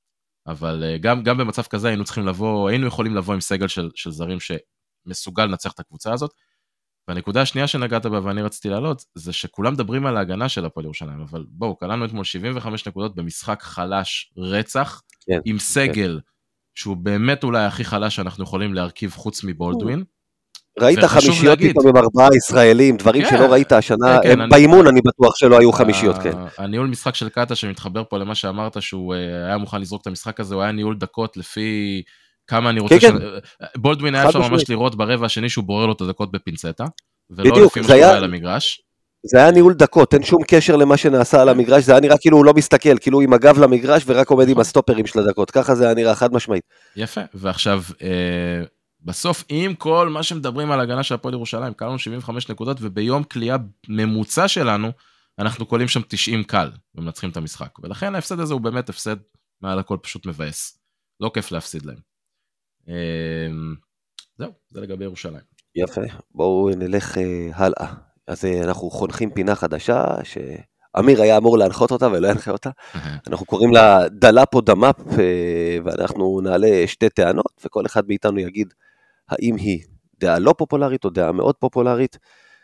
אבל גם, גם במצב כזה היינו צריכים לבוא, היינו יכולים לבוא עם סגל של, של זרים שמסוגל לנצח את הקבוצה הזאת, והנקודה השנייה שנגעת בה ואני רציתי לעלות, זה שכולם מדברים על ההגנה של הפועל ירושלים, אבל בואו, קלענו אתמול שבעים וחמש נקודות במשחק חלש רצח, כן, עם סגל, כן. שהוא באמת אולי הכי חלש שאנחנו יכולים להרכיב חוץ מבולדווין. ראית חמישיות פתאום עם ארבעה ישראלים, דברים כן, שלא ראית השנה, כן, כן, באימון אני, אני בטוח שלא היו חמישיות, כן. הניהול משחק של קאטה שמתחבר פה למה שאמרת, שהוא היה מוכן לזרוק את המשחק הזה, הוא היה ניהול דקות לפי כמה אני רוצה... כן, ש... כן. בולדווין היה אפשר ממש לראות ברבע השני שהוא בורר לו את הדקות בפינצטה, ולא בדיוק, לפי מה שקורה על המגרש. זה היה ניהול דקות, אין שום קשר למה שנעשה על המגרש, זה היה נראה כאילו הוא לא מסתכל, כאילו עם הגב למגרש ורק עומד עם הסטופרים של הדקות, ככה זה היה נראה חד משמעית. יפה, ועכשיו, אה, בסוף עם כל מה שמדברים על הגנה של הפועל ירושלים, קלנו שבעים וחמש נקודות, וביום קליעה ממוצע שלנו, אנחנו קולים שם תשעים קל, ומנצחים את המשחק, ולכן ההפסד הזה הוא באמת הפסד מעל הכל פשוט מבאס, לא כיף להפסיד להם. אה, זהו, זה לגבי ירושלים. יפה, בואו נלך אה, הלאה. אז אנחנו חונכים פינה חדשה, שאמיר היה אמור להנחות אותה ולא ינחה אותה. אנחנו קוראים לה דלאפ או דמאפ, ואנחנו נעלה שתי טענות, וכל אחד מאיתנו יגיד האם היא דעה לא פופולרית או דעה מאוד פופולרית.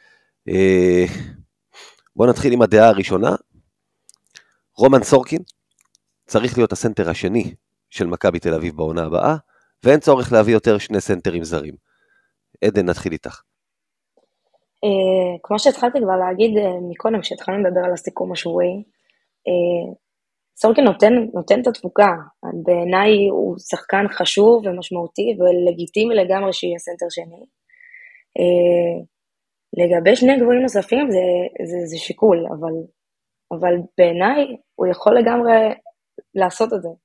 בואו נתחיל עם הדעה הראשונה. רומן סורקין צריך להיות הסנטר השני של מכבי תל אביב בעונה הבאה, ואין צורך להביא יותר שני סנטרים זרים. עדן, נתחיל איתך. Uh, כמו שהתחלתי כבר להגיד uh, מקודם, שהתחלנו לדבר על הסיכום השבועי, uh, סורקין נותן, נותן את התפוקה, בעיניי הוא שחקן חשוב ומשמעותי ולגיטימי לגמרי שיהיה סנטר שני. Uh, לגבי שני גבוהים נוספים זה, זה, זה שיקול, אבל, אבל בעיניי הוא יכול לגמרי לעשות את זה.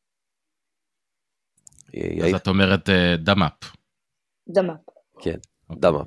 אז את אומרת דמאפ. דמאפ. כן, דמאפ.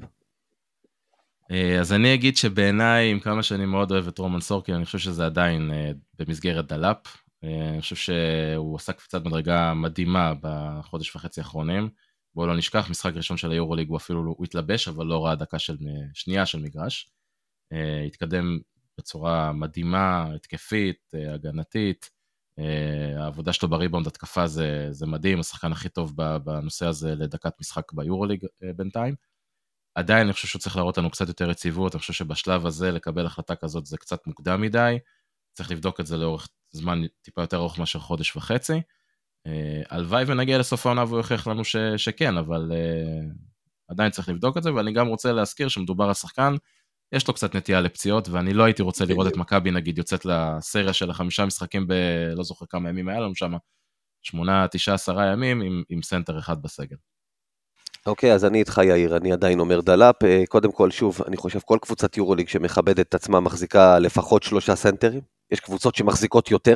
אז אני אגיד שבעיניי, עם כמה שאני מאוד אוהב את רומן סורקין, אני חושב שזה עדיין במסגרת דלאפ. אני חושב שהוא עשה קפיצת מדרגה מדהימה בחודש וחצי האחרונים. בואו לא נשכח, משחק ראשון של היורוליג הוא אפילו הוא התלבש, אבל לא ראה דקה של שנייה של מגרש. התקדם בצורה מדהימה, התקפית, הגנתית. העבודה שלו בריבאונד התקפה זה, זה מדהים, השחקן הכי טוב בנושא הזה לדקת משחק ביורוליג בינתיים. עדיין אני חושב שהוא צריך להראות לנו קצת יותר יציבות, אני חושב שבשלב הזה לקבל החלטה כזאת זה קצת מוקדם מדי, צריך לבדוק את זה לאורך זמן טיפה יותר ארוך מאשר חודש וחצי, הלוואי ונגיע לסוף העונה והוא יוכיח לנו ש, שכן, אבל עדיין צריך לבדוק את זה, ואני גם רוצה להזכיר שמדובר על שחקן, יש לו קצת נטייה לפציעות, ואני לא הייתי רוצה לראות את מכבי נגיד יוצאת לסריה של החמישה משחקים ב... לא זוכר כמה ימים היה לנו שם, שמונה, תשעה, עשרה ימים עם, עם סנטר אחד בסגל. אוקיי, אז אני איתך יאיר, אני עדיין אומר דלאפ, קודם כל שוב, אני חושב כל קבוצת יורוליג שמכבדת את עצמה מחזיקה לפחות שלושה סנטרים, יש קבוצות שמחזיקות יותר,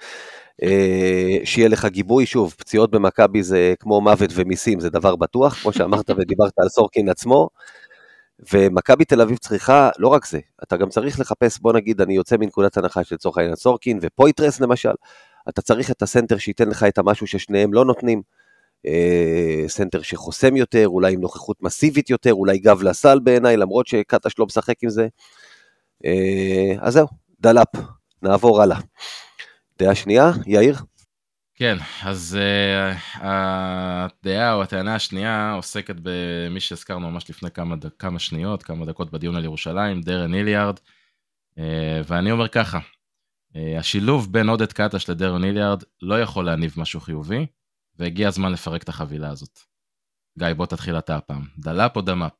שיהיה לך גיבוי, שוב, פציעות במכבי זה כמו מוות ומיסים, זה דבר בטוח, כמו שאמרת ודיברת על סורקין עצמו, ומכבי תל אביב צריכה, לא רק זה, אתה גם צריך לחפש, בוא נגיד, אני יוצא מנקודת הנחה של צורך העניין סורקין ופויטרס למשל, אתה צריך את הסנטר שייתן לך את המשהו ששניהם לא נותנים, סנטר שחוסם יותר, אולי עם נוכחות מסיבית יותר, אולי גב לסל בעיניי, למרות שקטש לא משחק עם זה. אז זהו, דלאפ, נעבור הלאה. דעה שנייה, יאיר? כן, אז uh, הדעה או הטענה השנייה עוסקת במי שהזכרנו ממש לפני כמה, כמה שניות, כמה דקות בדיון על ירושלים, דרן היליארד, uh, ואני אומר ככה, uh, השילוב בין עודד קטש לדרן היליארד לא יכול להניב משהו חיובי, והגיע הזמן לפרק את החבילה הזאת. גיא, בוא תתחיל אתה הפעם. דלאפ או דמאפ?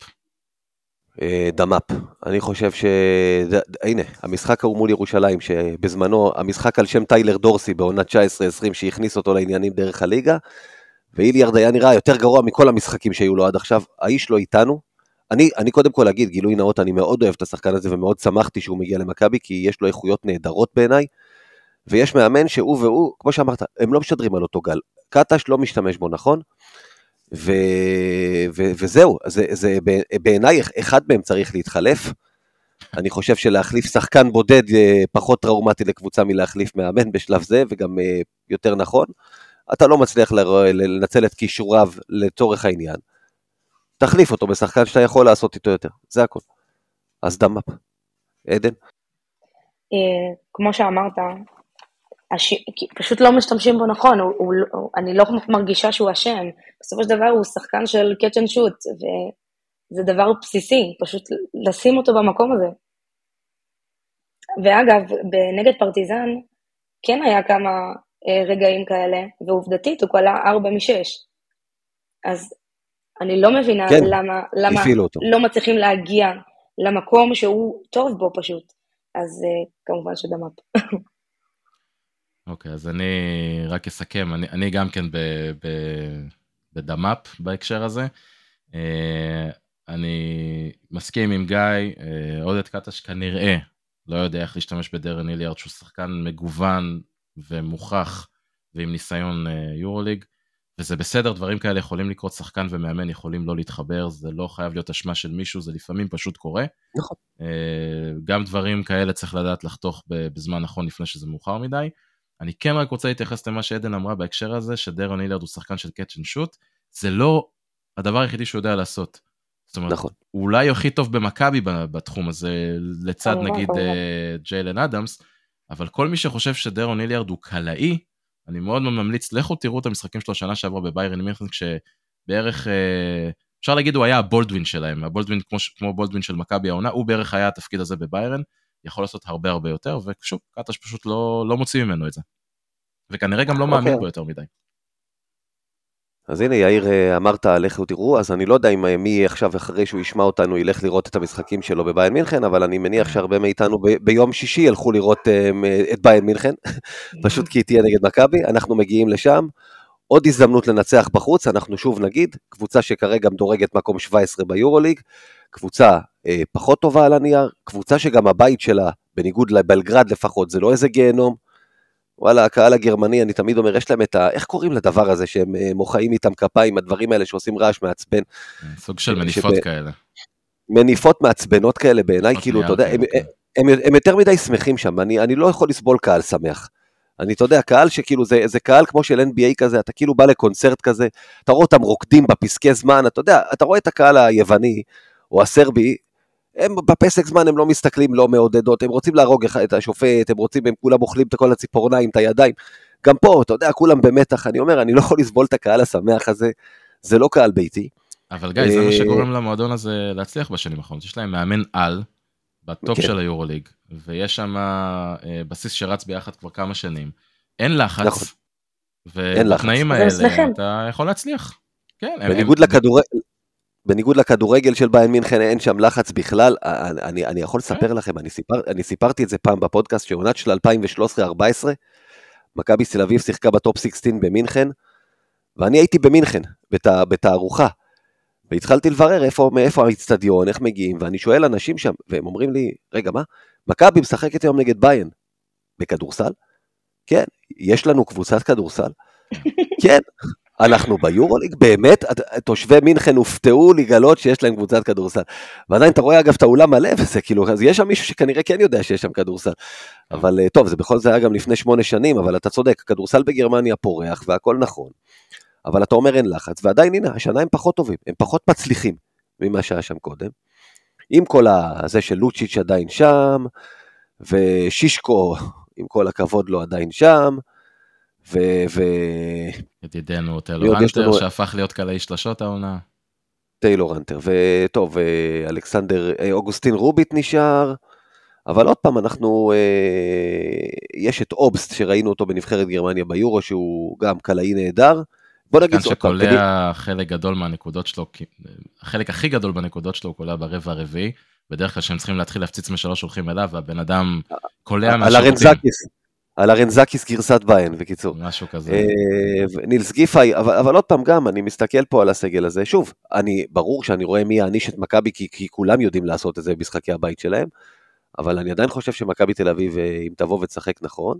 דמאפ. אני חושב ש... הנה, המשחק ההוא מול ירושלים, שבזמנו, המשחק על שם טיילר דורסי, בעונה תשע עשרה עשרים, שהכניס אותו לעניינים דרך הליגה, והיליארד היה נראה יותר גרוע מכל המשחקים שהיו לו עד עכשיו. האיש לא איתנו. אני, אני קודם כל אגיד, גילוי נאות, אני מאוד אוהב את השחקן הזה, ומאוד שמחתי שהוא מגיע למכבי, כי יש לו איכויות נהדרות בעיניי, ויש מאמן שהוא והוא, כמו שאמרת, הם לא משדרים על אותו גל. קטש לא משתמש בו, נכון? ו... ו... וזהו, זה, זה בעיניי אחד מהם צריך להתחלף. אני חושב שלהחליף שחקן בודד פחות טראומטי לקבוצה מלהחליף מאמן בשלב זה, וגם יותר נכון. אתה לא מצליח לנצל את כישוריו לצורך העניין. תחליף אותו בשחקן שאתה יכול לעשות איתו יותר, זה הכל. אז דמאפ. עדן? כמו שאמרת, הש... פשוט לא משתמשים בו נכון, הוא, הוא, הוא, אני לא מרגישה שהוא אשם, בסופו של דבר הוא שחקן של catch and shoot, וזה דבר בסיסי, פשוט לשים אותו במקום הזה. ואגב, בנגד פרטיזן, כן היה כמה רגעים כאלה, ועובדתית הוא קלה ארבע משש, אז אני לא מבינה כן, למה, למה לא מצליחים להגיע למקום שהוא טוב בו פשוט, אז כמובן שדמאפ. אוקיי, okay, אז אני רק אסכם, אני, אני גם כן ב, ב, בדמאפ בהקשר הזה, אני מסכים עם גיא, עודד קטש כנראה לא יודע איך להשתמש בדרן היליארד, שהוא שחקן מגוון ומוכח, ועם ניסיון יורוליג, וזה בסדר, דברים כאלה יכולים לקרות, שחקן ומאמן יכולים לא להתחבר, זה לא חייב להיות אשמה של מישהו, זה לפעמים פשוט קורה. נכון. גם דברים כאלה צריך לדעת לחתוך בזמן נכון, לפני שזה מאוחר מדי. אני כן רק רוצה להתייחס למה שעדן אמרה בהקשר הזה, שדרן היליארד הוא שחקן של catch and shoot, זה לא הדבר היחידי שהוא יודע לעשות. זאת אומרת, נכון. הוא אולי הכי טוב במכבי בתחום הזה, לצד נגיד ג'יילן אדמס, אבל כל מי שחושב שדרן היליארד הוא קלעי, אני מאוד ממליץ, לכו תראו את המשחקים שלו שנה שעברה בביירן מינכן, כשבערך, אפשר להגיד הוא היה הבולדווין שלהם, הבולדווין כמו, כמו בולדווין של מכבי העונה, הוא בערך היה התפקיד הזה בביירן, יכול לעשות הרבה הרבה יותר, ושוב, קטש פשוט לא, לא מוציא ממנו את זה. וכנראה גם לא מאמין בו יותר מדי. אז הנה יאיר אמרת לכו תראו, אז אני לא יודע אם מי עכשיו אחרי שהוא ישמע אותנו ילך לראות את המשחקים שלו בביירן מינכן, אבל אני מניח שהרבה מאיתנו ב- ביום שישי ילכו לראות את ביירן מינכן, פשוט כי תהיה נגד מכבי, אנחנו מגיעים לשם, עוד הזדמנות לנצח בחוץ, אנחנו שוב נגיד, קבוצה שכרגע מדורגת מקום שבע עשרה ביורוליג, קבוצה אה, פחות טובה על הנייר, קבוצה שגם הבית שלה, בניגוד לבלגרד לפחות, זה לא איזה גיהנום, וואלה, הקהל הגרמני, אני תמיד אומר, יש להם את ה... איך קוראים לדבר הזה, שהם מוחאים איתם כפיים, הדברים האלה שעושים רעש מעצבן. סוג של מניפות כאלה. מניפות מעצבנות כאלה בעיניי, כאילו, אתה יודע, הם יותר מדי שמחים שם, אני לא יכול לסבול קהל שמח. אני, אתה יודע, קהל שכאילו, זה קהל כמו של אן בי איי כזה, אתה כאילו בא לקונצרט כזה, אתה רואה אותם רוקדים בפסקי זמן, אתה יודע, אתה רואה את הקהל היווני, או הסרבי, הם בפסק זמן הם לא מסתכלים, לא מעודדות, הם רוצים להרוג את השופט, הם רוצים, הם כולם אוכלים את כל הציפורניים, את הידיים, גם פה, אתה יודע, כולם במתח, אני אומר, אני לא יכול לסבול את הקהל השמח הזה, זה לא קהל ביתי. אבל גיא, זה מה שגורם למועדון הזה להצליח בשנים האחרונות, יש להם מאמן על, בטופ של היורוליג, ויש שם בסיס שרץ ביחד כבר כמה שנים, אין לחץ, ובתנאים האלה אתה יכול להצליח. בניגוד לכדורגל, בניגוד לכדורגל של ביירן מינכן, אין שם לחץ בכלל, אני, אני יכול לספר לכם, אני, סיפר, אני סיפרתי את זה פעם בפודקאסט, שעונת של אלפיים ושלוש עשרה ארבע עשרה, מכבי תל אביב שיחקה בטופ שש עשרה במינכן, ואני הייתי במינכן, בת, בתערוכה, והתחלתי לברר איפה, מאיפה האצטדיון, איך מגיעים, ואני שואל אנשים שם, והם אומרים לי, רגע מה, מכבי משחקת היום נגד ביירן, בכדורסל? כן, יש לנו קבוצת כדורסל? כן, אנחנו ביורוליג, באמת, תושבי מינכן הופתעו לגלות שיש להם קבוצת כדורסל, ועדיין אתה רואה אגב את האולם מלא, וזה כאילו, אז יש שם מישהו שכנראה כן יודע שיש שם כדורסל, אבל טוב, זה בכל זה היה גם לפני שמונה שנים, אבל אתה צודק, כדורסל בגרמניה פורח, והכל נכון, אבל אתה אומר אין לחץ, ועדיין הנה, השנה הם פחות טובים, הם פחות מצליחים, ממה שהיה שם קודם, עם כל הזה של לוצ'יץ' עדיין שם, ושישקו, עם כל הכבוד לו עדיין שם, ו... ו... ידידנו טיילור הנטר, שהפך להיות קלעי שלשות העונה. טיילור הנטר, וטוב, אלכסנדר, אוגוסטין רוביט נשאר, אבל עוד פעם אנחנו, יש את אובסט, שראינו אותו בנבחרת גרמניה ביורו, שהוא גם קלעי נהדר, בוא נגיד זאת. כאן שקולע חלק גדול מהנקודות שלו, החלק הכי גדול בנקודות שלו, הוא קולע ברבע הרביעי, בדרך כלל שהם צריכים להתחיל להפציץ משלוש הולכים אליו, והבן אדם קולע מהשירותים. על הרנזקיס גרסת ביין, בקיצור. משהו כזה. נילס גיפאי, אבל, אבל עוד פעם גם, אני מסתכל פה על הסגל הזה, שוב, אני, ברור שאני רואה מי יעניש את מכבי, כי, כי כולם יודעים לעשות את זה במשחקי הבית שלהם, אבל אני עדיין חושב שמכבי תל אביב, אם תבוא ותשחק נכון,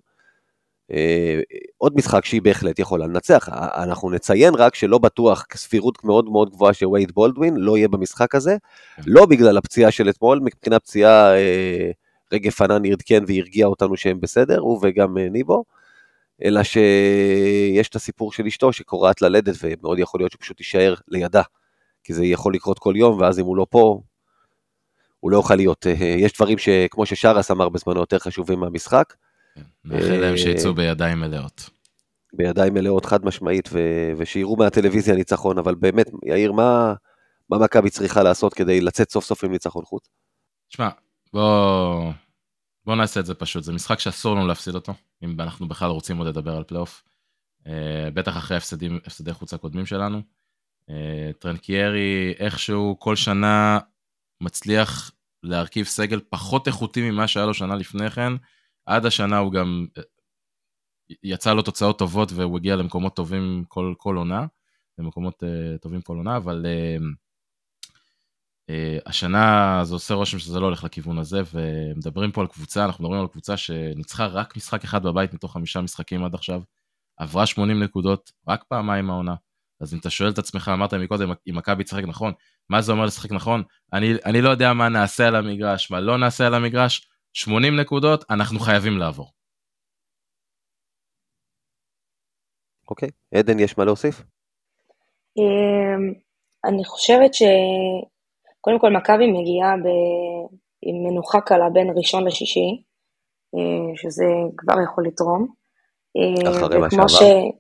עוד משחק שהיא בהחלט יכולה לנצח, אנחנו נציין רק שלא בטוח, ספירות מאוד מאוד גבוהה שווייד בולדווין, לא יהיה במשחק הזה, לא בגלל הפציעה של אתמול, מבחינת פציעה, רגע פנן ירדקן והרגיע אותנו שהם בסדר, הוא וגם ניבו, אלא שיש את הסיפור של אשתו שקוראת ללדת, ומאוד יכול להיות שפשוט יישאר לידה, כי זה יכול לקרות כל יום, ואז אם הוא לא פה, הוא לא יוכל להיות, יש דברים שכמו ששרס אמר בזמנו יותר חשובים מהמשחק, נאחל להם שיצאו בידיים מלאות. בידיים מלאות חד משמעית, ושיראו מהטלוויזיה ניצחון, אבל באמת, יאיר, מה מכבי צריכה לעשות כדי לצאת סוף סוף עם ניצחון חוץ? תשמע, בוא... בוא נעשה את זה פשוט, זה משחק שאסור לנו להפסיד אותו, אם אנחנו בכלל רוצים עוד לדבר על פלייאוף, בטח אחרי הפסדים, הפסדי חוץ הקודמים שלנו. טרנקיירי איכשהו כל שנה מצליח להרכיב סגל פחות איכותי ממה שהיה לו שנה לפני כן, עד השנה הוא גם יצא לו תוצאות טובות, והוא הגיע למקומות טובים כל, כל עונה, למקומות טובים כל עונה, אבל... Uh, השנה זה עושה רושם שזה לא הולך לכיוון הזה, ומדברים פה על קבוצה, אנחנו מדברים על קבוצה שניצחה רק משחק אחד בבית מתוך חמישה משחקים עד עכשיו, עברה שמונים נקודות, רק פעמיים העונה. אז אם אתה שואל את עצמך, אמרת מקודם, אם מכבי ישחק נכון, מה זה אומר לשחק נכון? אני, אני לא יודע מה נעשה על המגרש, מה לא נעשה על המגרש, שמונים נקודות, אנחנו חייבים לעבור. אוקיי, עדן, יש מה להוסיף? אני חושבת ש... קודם כל, מכבי מגיעה ב... עם מנוחה קלה בין ראשון לשישי, שזה כבר יכול לתרום. אחרי מה שעבר. ש...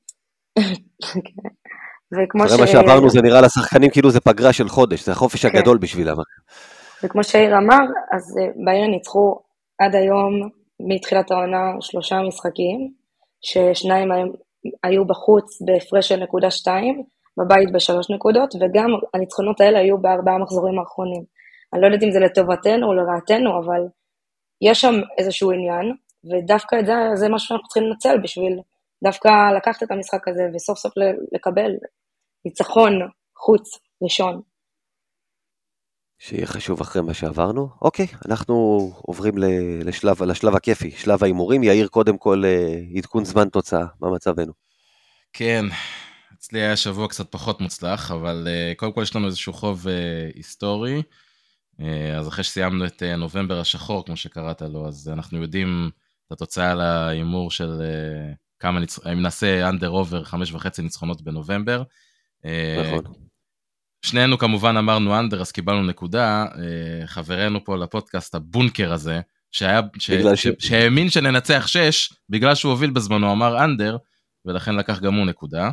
וכמו אחרי ש... מה שעברנו זה נראה לשחקנים כאילו זה פגרה של חודש, זה החופש כן. הגדול בשבילם. וכמו שאיר אמר, אז בעיר ניצחו עד היום, מתחילת העונה, שלושה משחקים, ששניים היו בחוץ בהפרש של נקודה שתיים, בבית בשלוש נקודות, וגם הניצחונות האלה היו בארבעה מחזורים האחרונים. אני לא יודעת אם זה לטובתנו או לרעתנו, אבל יש שם איזשהו עניין, ודווקא את זה, זה מה שאנחנו צריכים לנצל בשביל דווקא לקחת את המשחק הזה, וסוף סוף לקבל ניצחון חוץ ראשון. שיהיה חשוב אחרי מה שעברנו. אוקיי, אנחנו עוברים לשלב, לשלב הכיפי, שלב האימורים. יאיר, קודם כל עדכון זמן תוצאה, מה מצבנו? כן, אצלי היה שבוע קצת פחות מוצלח, אבל uh, קודם כל יש לנו איזשהו חוב uh, היסטורי, uh, אז אחרי שסיימנו את uh, נובמבר השחור, כמו שקראת לו, אז אנחנו יודעים את התוצאה על האימור של uh, כמה ניצחונות, אם נעשה אנדר אובר חמש וחצי ניצחונות בנובמבר. נכון. Uh, שנינו כמובן אמרנו אנדר, אז קיבלנו נקודה, uh, חברנו פה לפודקאסט, הבונקר הזה, שהיה, ש, ש, ש, שהאמין שננצח שש, בגלל שהוא הוביל בזמנו, אמר אנדר, ולכן לקח גם הוא נקודה.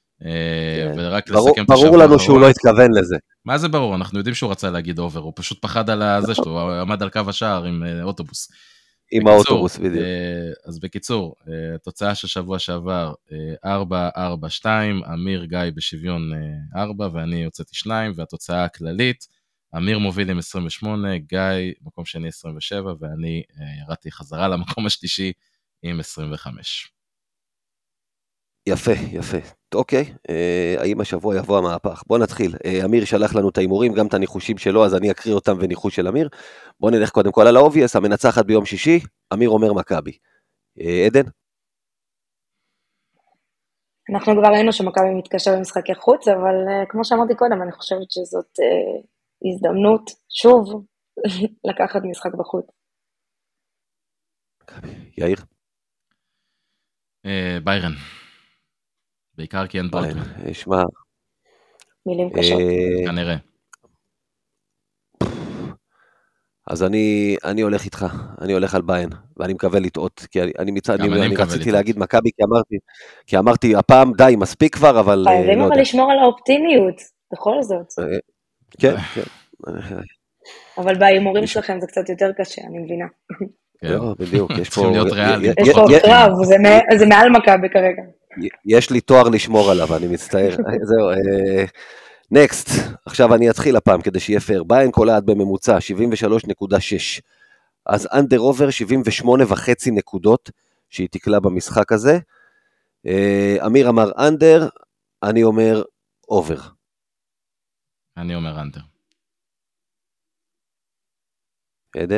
ברור לנו שהוא לא התכוון לזה. מה זה ברור? אנחנו יודעים שהוא רצה להגיד אובר, הוא פשוט פחד על זה שלו, הוא עמד על קו השער עם אוטובוס. עם האוטובוס, בדיוק. אז בקיצור, תוצאה של שבוע שעבר, ארבע ארבע שתיים, אמיר גיא בשוויון ארבע, ואני יוצאתי שניים, והתוצאה הכללית, אמיר מוביל עם עשרים ושמונה, גיא מקום שני עשרים ושבע, ואני ירדתי חזרה למקום השלישי עם עשרים וחמש. יפה, יפה. אוקיי, אה, האם השבוע יבוא המהפך? בוא נתחיל. אה, אמיר שלח לנו את האימורים, גם את הניחושים שלו, אז אני אקריא אותם וניחוש של אמיר. בוא נלך קודם כל על האובייס, המנצחת ביום שישי, אמיר אומר מכבי. אה, עדן? אנחנו כבר ראינו שמכבי מתקשר במשחקי חוץ, אבל uh, כמו שאמרתי קודם, אני חושבת שזאת uh, הזדמנות, שוב, לקחת משחק בחוץ. יאיר? אה, ביירן. בעיקר כי אין ביירן. שמע. מילים קשות. כנראה. אז אני, אני הולך איתך, אני הולך על ביין, ואני מקווה לטעות, כי אני, אני, מצא, אני, אני רציתי להגיד מכבי, כי אמרתי, כי אמרתי, הפעם די, מספיק כבר, אבל... חייבים אבל לשמור על האופטימיות, בכל זאת. כן, כן. אבל בהימורים שלכם זה קצת יותר קשה, אני מבינה. לא, בדיוק, יש פה... יש פה קרב, זה מעל מכבי כרגע. יש לי תואר לשמור עליו, אני מצטער. זהו, נקסט, עכשיו אני אתחיל הפעם כדי שיהיה פייר. ביין קולעת בממוצע שבעים ושלוש נקודה שש, אז אנדר אובר שבעים ושמונה וחצי נקודות שהיא תקלה במשחק הזה. אמיר אמר אנדר, אני אומר אובר. אני אומר אנדר. עדן?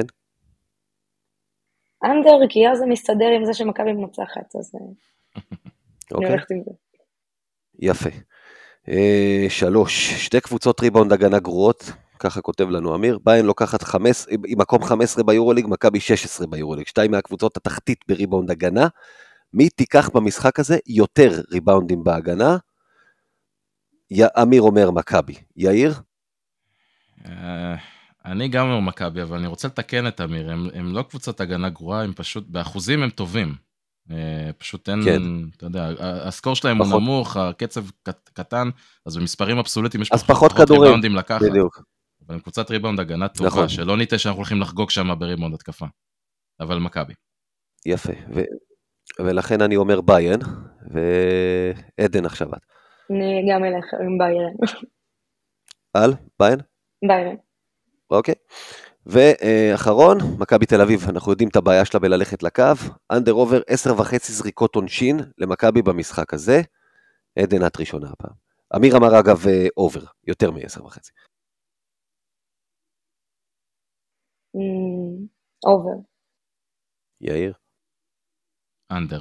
אנדר, כי אז זה מסתדר עם זה שמכבי מנצחת, אז אני הולכת עם זה. יפה. שלוש, שתי קבוצות ריבאונד הגנה גרועות, ככה כותב לנו אמיר, ביין לוקחת חמש, עם מקום חמש עשרה ביורוליג, מכבי שש עשרה ביורוליג, שתיים מהקבוצות התחתית בריבאונד הגנה, מי תיקח במשחק הזה יותר ריבאונדים בהגנה? אמיר אומר מכבי. יאיר? אני גם אומר מכבי, אבל אני רוצה לתקן את אמיר, הם, הם לא קבוצות הגנה גרועה, הם פשוט, באחוזים הם טובים. פשוט אין, כן. אתה יודע, הסקור שלהם הוא נמוך, הקצב קטן, אז במספרים אבסולוטיים יש אז פחות כדורים, ריבאונדים לקחת. בדיוק. אבל הם קבוצת ריבאונד הגנה טובה, נכון. שלא ניתה שאנחנו הולכים לחגוג שם בריבאונד התקפה. אבל מכבי. יפה, ו... ולכן אני אומר ביירן, ועדן עכשיו את. אני גם אלך עם ביירן. על? ביירן? ביירן. אוקיי. ואחרון, מכבי תל אביב, אנחנו יודעים את הבעיה שלה בללכת לקו, אנדר אובר עשר וחצי זריקות עונשין למכבי במשחק הזה, עדן את ראשונה הפעם. אמיר אמר אגב אובר, יותר מ-עשר וחצי. אובר. יאיר? אנדר.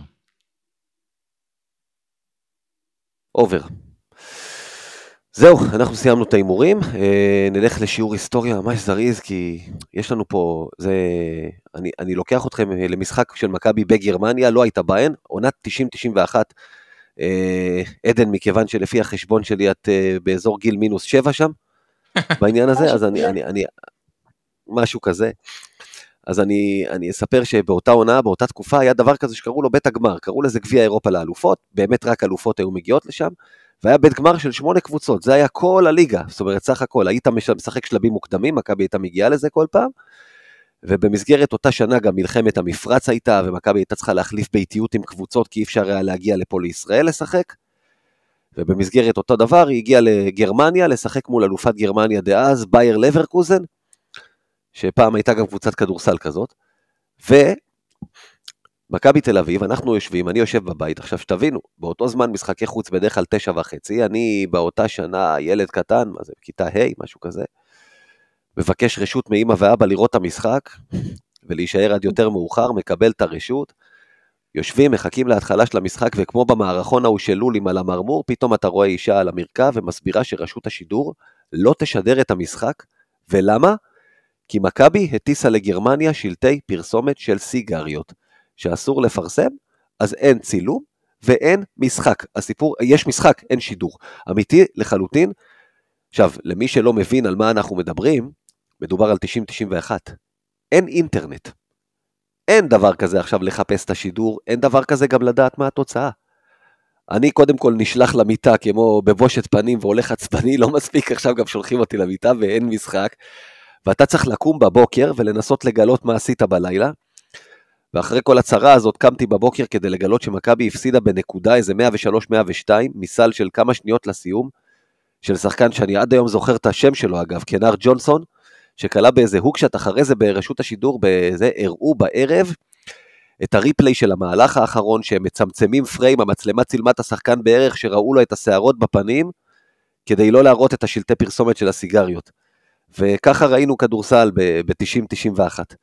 אובר. זהו, אנחנו סיימנו את האימורים, אה, נלך לשיעור היסטוריה ממש זריז, כי יש לנו פה, זה, אני, אני לוקח אתכם למשחק של מכבי בגרמניה, לא הייתה בהן, עונת תשעים תשעים ואחת, אה, עדן, מכיוון שלפי החשבון שלי את אה, באזור גיל מינוס שבע שם, בעניין הזה, אז אני, אני, אני, משהו כזה, אז אני, אני אספר שבאותה עונה, באותה תקופה, היה דבר כזה שקראו לו בית הגמר, קראו לזה גביע אירופה לאלופות, באמת רק אלופות היו מגיעות לשם, והיה בית גמר של שמונה קבוצות, זה היה כל הליגה, זאת אומרת, סך הכל, היית משחק שלבים מוקדמים, מכבי הייתה מגיעה לזה כל פעם, ובמסגרת אותה שנה גם מלחמת המפרץ הייתה, ומכבי הייתה צריכה להחליף ביתיות עם קבוצות, כי אי אפשר היה להגיע לפה לישראל לשחק, ובמסגרת אותו דבר, היא הגיעה לגרמניה, לשחק מול אלופת גרמניה דאז, בייר לברקוזן, שפעם הייתה גם קבוצת כדורסל כזאת, ומכבי תל אביב, אנחנו יושבים, אני יושב בבית, עכשיו שתבינו, באותו זמן משחקי חוץ בדרך כלל תשע וחצי, אני באותה שנה ילד קטן, מה זה, כיתה ה', משהו כזה, מבקש רשות מאמא ואבא לראות את המשחק, ולהישאר עד יותר מאוחר, מקבל את הרשות, יושבים, מחכים להתחלה של המשחק, וכמו במערכון ההוא של לולים על המרמור, פתאום אתה רואה אישה על המרכב, ומסבירה שרשות השידור לא תשדר את המשחק, ולמה? כי מכבי הטיסה לגרמניה שלטי פרסומת של סיגריות, שאסור לפרסם, אז אין צילום, ואין משחק. הסיפור, יש משחק, אין שידור. אמיתי לחלוטין. עכשיו, למי שלא מבין על מה אנחנו מדברים, מדובר על תשעים תשעים ואחת. אין אינטרנט. אין דבר כזה עכשיו לחפש את השידור, אין דבר כזה גם לדעת מה התוצאה. אני קודם כל נשלח למיטה כמו בבושת פנים והולך עצבני, לא מספיק, עכשיו גם שולחים אותי למיטה ואין משחק, ואתה צריך לקום בבוקר ולנסות לגלות מה עשית בלילה, ואחרי כל הצרה הזאת קמתי בבוקר כדי לגלות שמכבי הפסידה בנקודה איזה מאה ושלוש מאה ושתיים, מסל של כמה שניות לסיום, של שחקן שאני עד היום זוכר את השם שלו אגב, קנר ג'ונסון, שקלה באיזה הוקשט אחרי זה ברשות השידור, באיזה הראו בערב, את הריפלי של המהלך האחרון, שהם מצמצמים פריים, המצלמה צילמה את השחקן בערך, שראו לו את השערות בפנים, כדי לא להראות את השלטי פרסומת של הסיגריות. וככה ראינו כדורסל ב-תשעים תשעים ואחת.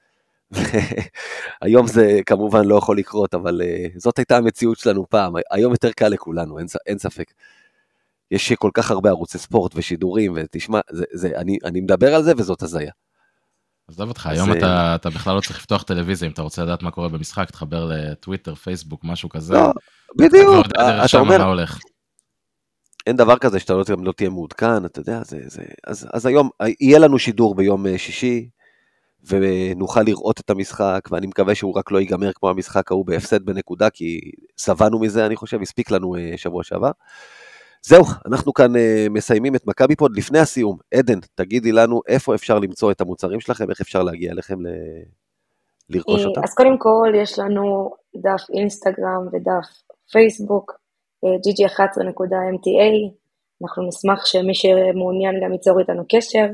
היום זה כמובן לא יכול לקרות, אבל זאת הייתה המציאות שלנו פעם. היום יותר קל לכולנו, אין, אין ספק. יש כל כך הרבה ערוצי ספורט ושידורים, ותשמע, זה, זה, אני, אני מדבר על זה וזאת הזיה. עזוב אותך, היום אתה, אתה בכלל לא צריך לפתוח טלוויזיה, אם אתה רוצה לדעת מה קורה במשחק, תחבר לטוויטר, פייסבוק, משהו כזה. לא, בדיוק. אתה אומר, מה הולך. אין דבר כזה שאתה לא, לא תהיה מעודכן, אתה יודע, זה, זה, אז, אז היום יהיה לנו שידור ביום שישי, ונוכל לראות את המשחק, ואני מקווה שהוא רק לא ייגמר כמו המשחק ההוא בהפסד בנקודה, כי סבנו מזה, אני חושב, הספיק לנו שבוע שעבר. זהו, אנחנו כאן מסיימים את מכבי פוד. לפני הסיום, עדן, תגידי לנו איפה אפשר למצוא את המוצרים שלכם, איך אפשר להגיע אליכם ל... לרכוש אותם. אז קודם כל, יש לנו דף אינסטגרם ודף פייסבוק, ג'י ג'י אחת עשרה נקודה אם טי איי, אנחנו נשמח שמי שמעוניין גם ייצור איתנו קשר.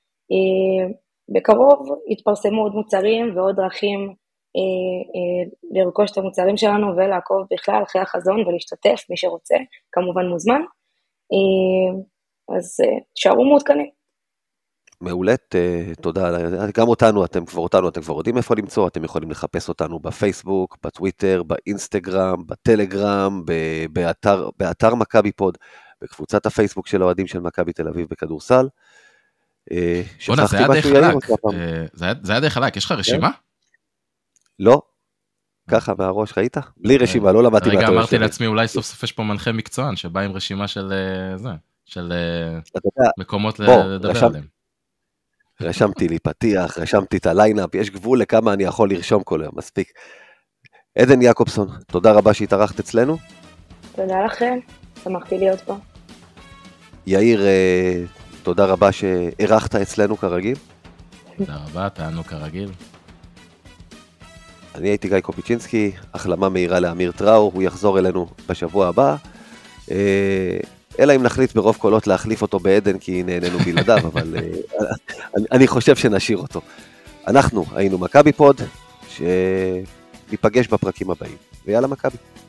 בקרוב יתפרסמו עוד מוצרים ועוד דרכים לרכוש את המוצרים שלנו ולעקוב בכלל אחרי החזון ולהשתתף, מי שרוצה, כמובן מוזמן. אז תשארו מעודכנים. מעולה, תודה. גם אותנו, אתם כבר אותנו, אתם כבר יודעים איפה למצוא, אתם יכולים לחפש אותנו בפייסבוק, בטוויטר, באינסטגרם, בטלגרם, באתר, באתר מכבי פוד, בקבוצת הפייסבוק של האוהדים של מכבי תל אביב בכדורסל. בונה, זה היה די חלק, זה היה די חלק, יש לך רשימה? לא, ככה מהראש, ראית? בלי רשימה, לא למדתי רגע, אמרתי לעצמי, אולי סוף סוף יש פה מנחה מקצוען, שבא עם רשימה של זה, של מקומות לדבר עליהם. רשמתי לי פתיח, רשמתי את הליינאפ, יש גבול לכמה אני יכול לרשום כל היום, מספיק. עדן יעקובסון, תודה רבה שהתארחת אצלנו. תודה לכם, שמחתי להיות פה. יאיר, תודה רבה שהארחת אצלנו כרגיל. תודה רבה, תענו כרגיל. אני הייתי גיא קופיצ'ינסקי, החלמה מהירה לאמיר טראור, הוא יחזור אלינו בשבוע הבא. אלא אם נחליט ברוב קולות להחליף אותו בעדן, כי נהנינו בלעדיו, אבל אני חושב שנשאיר אותו. אנחנו היינו מכבי פוד, שניפגש בפרקים הבאים, ויאללה מכבי.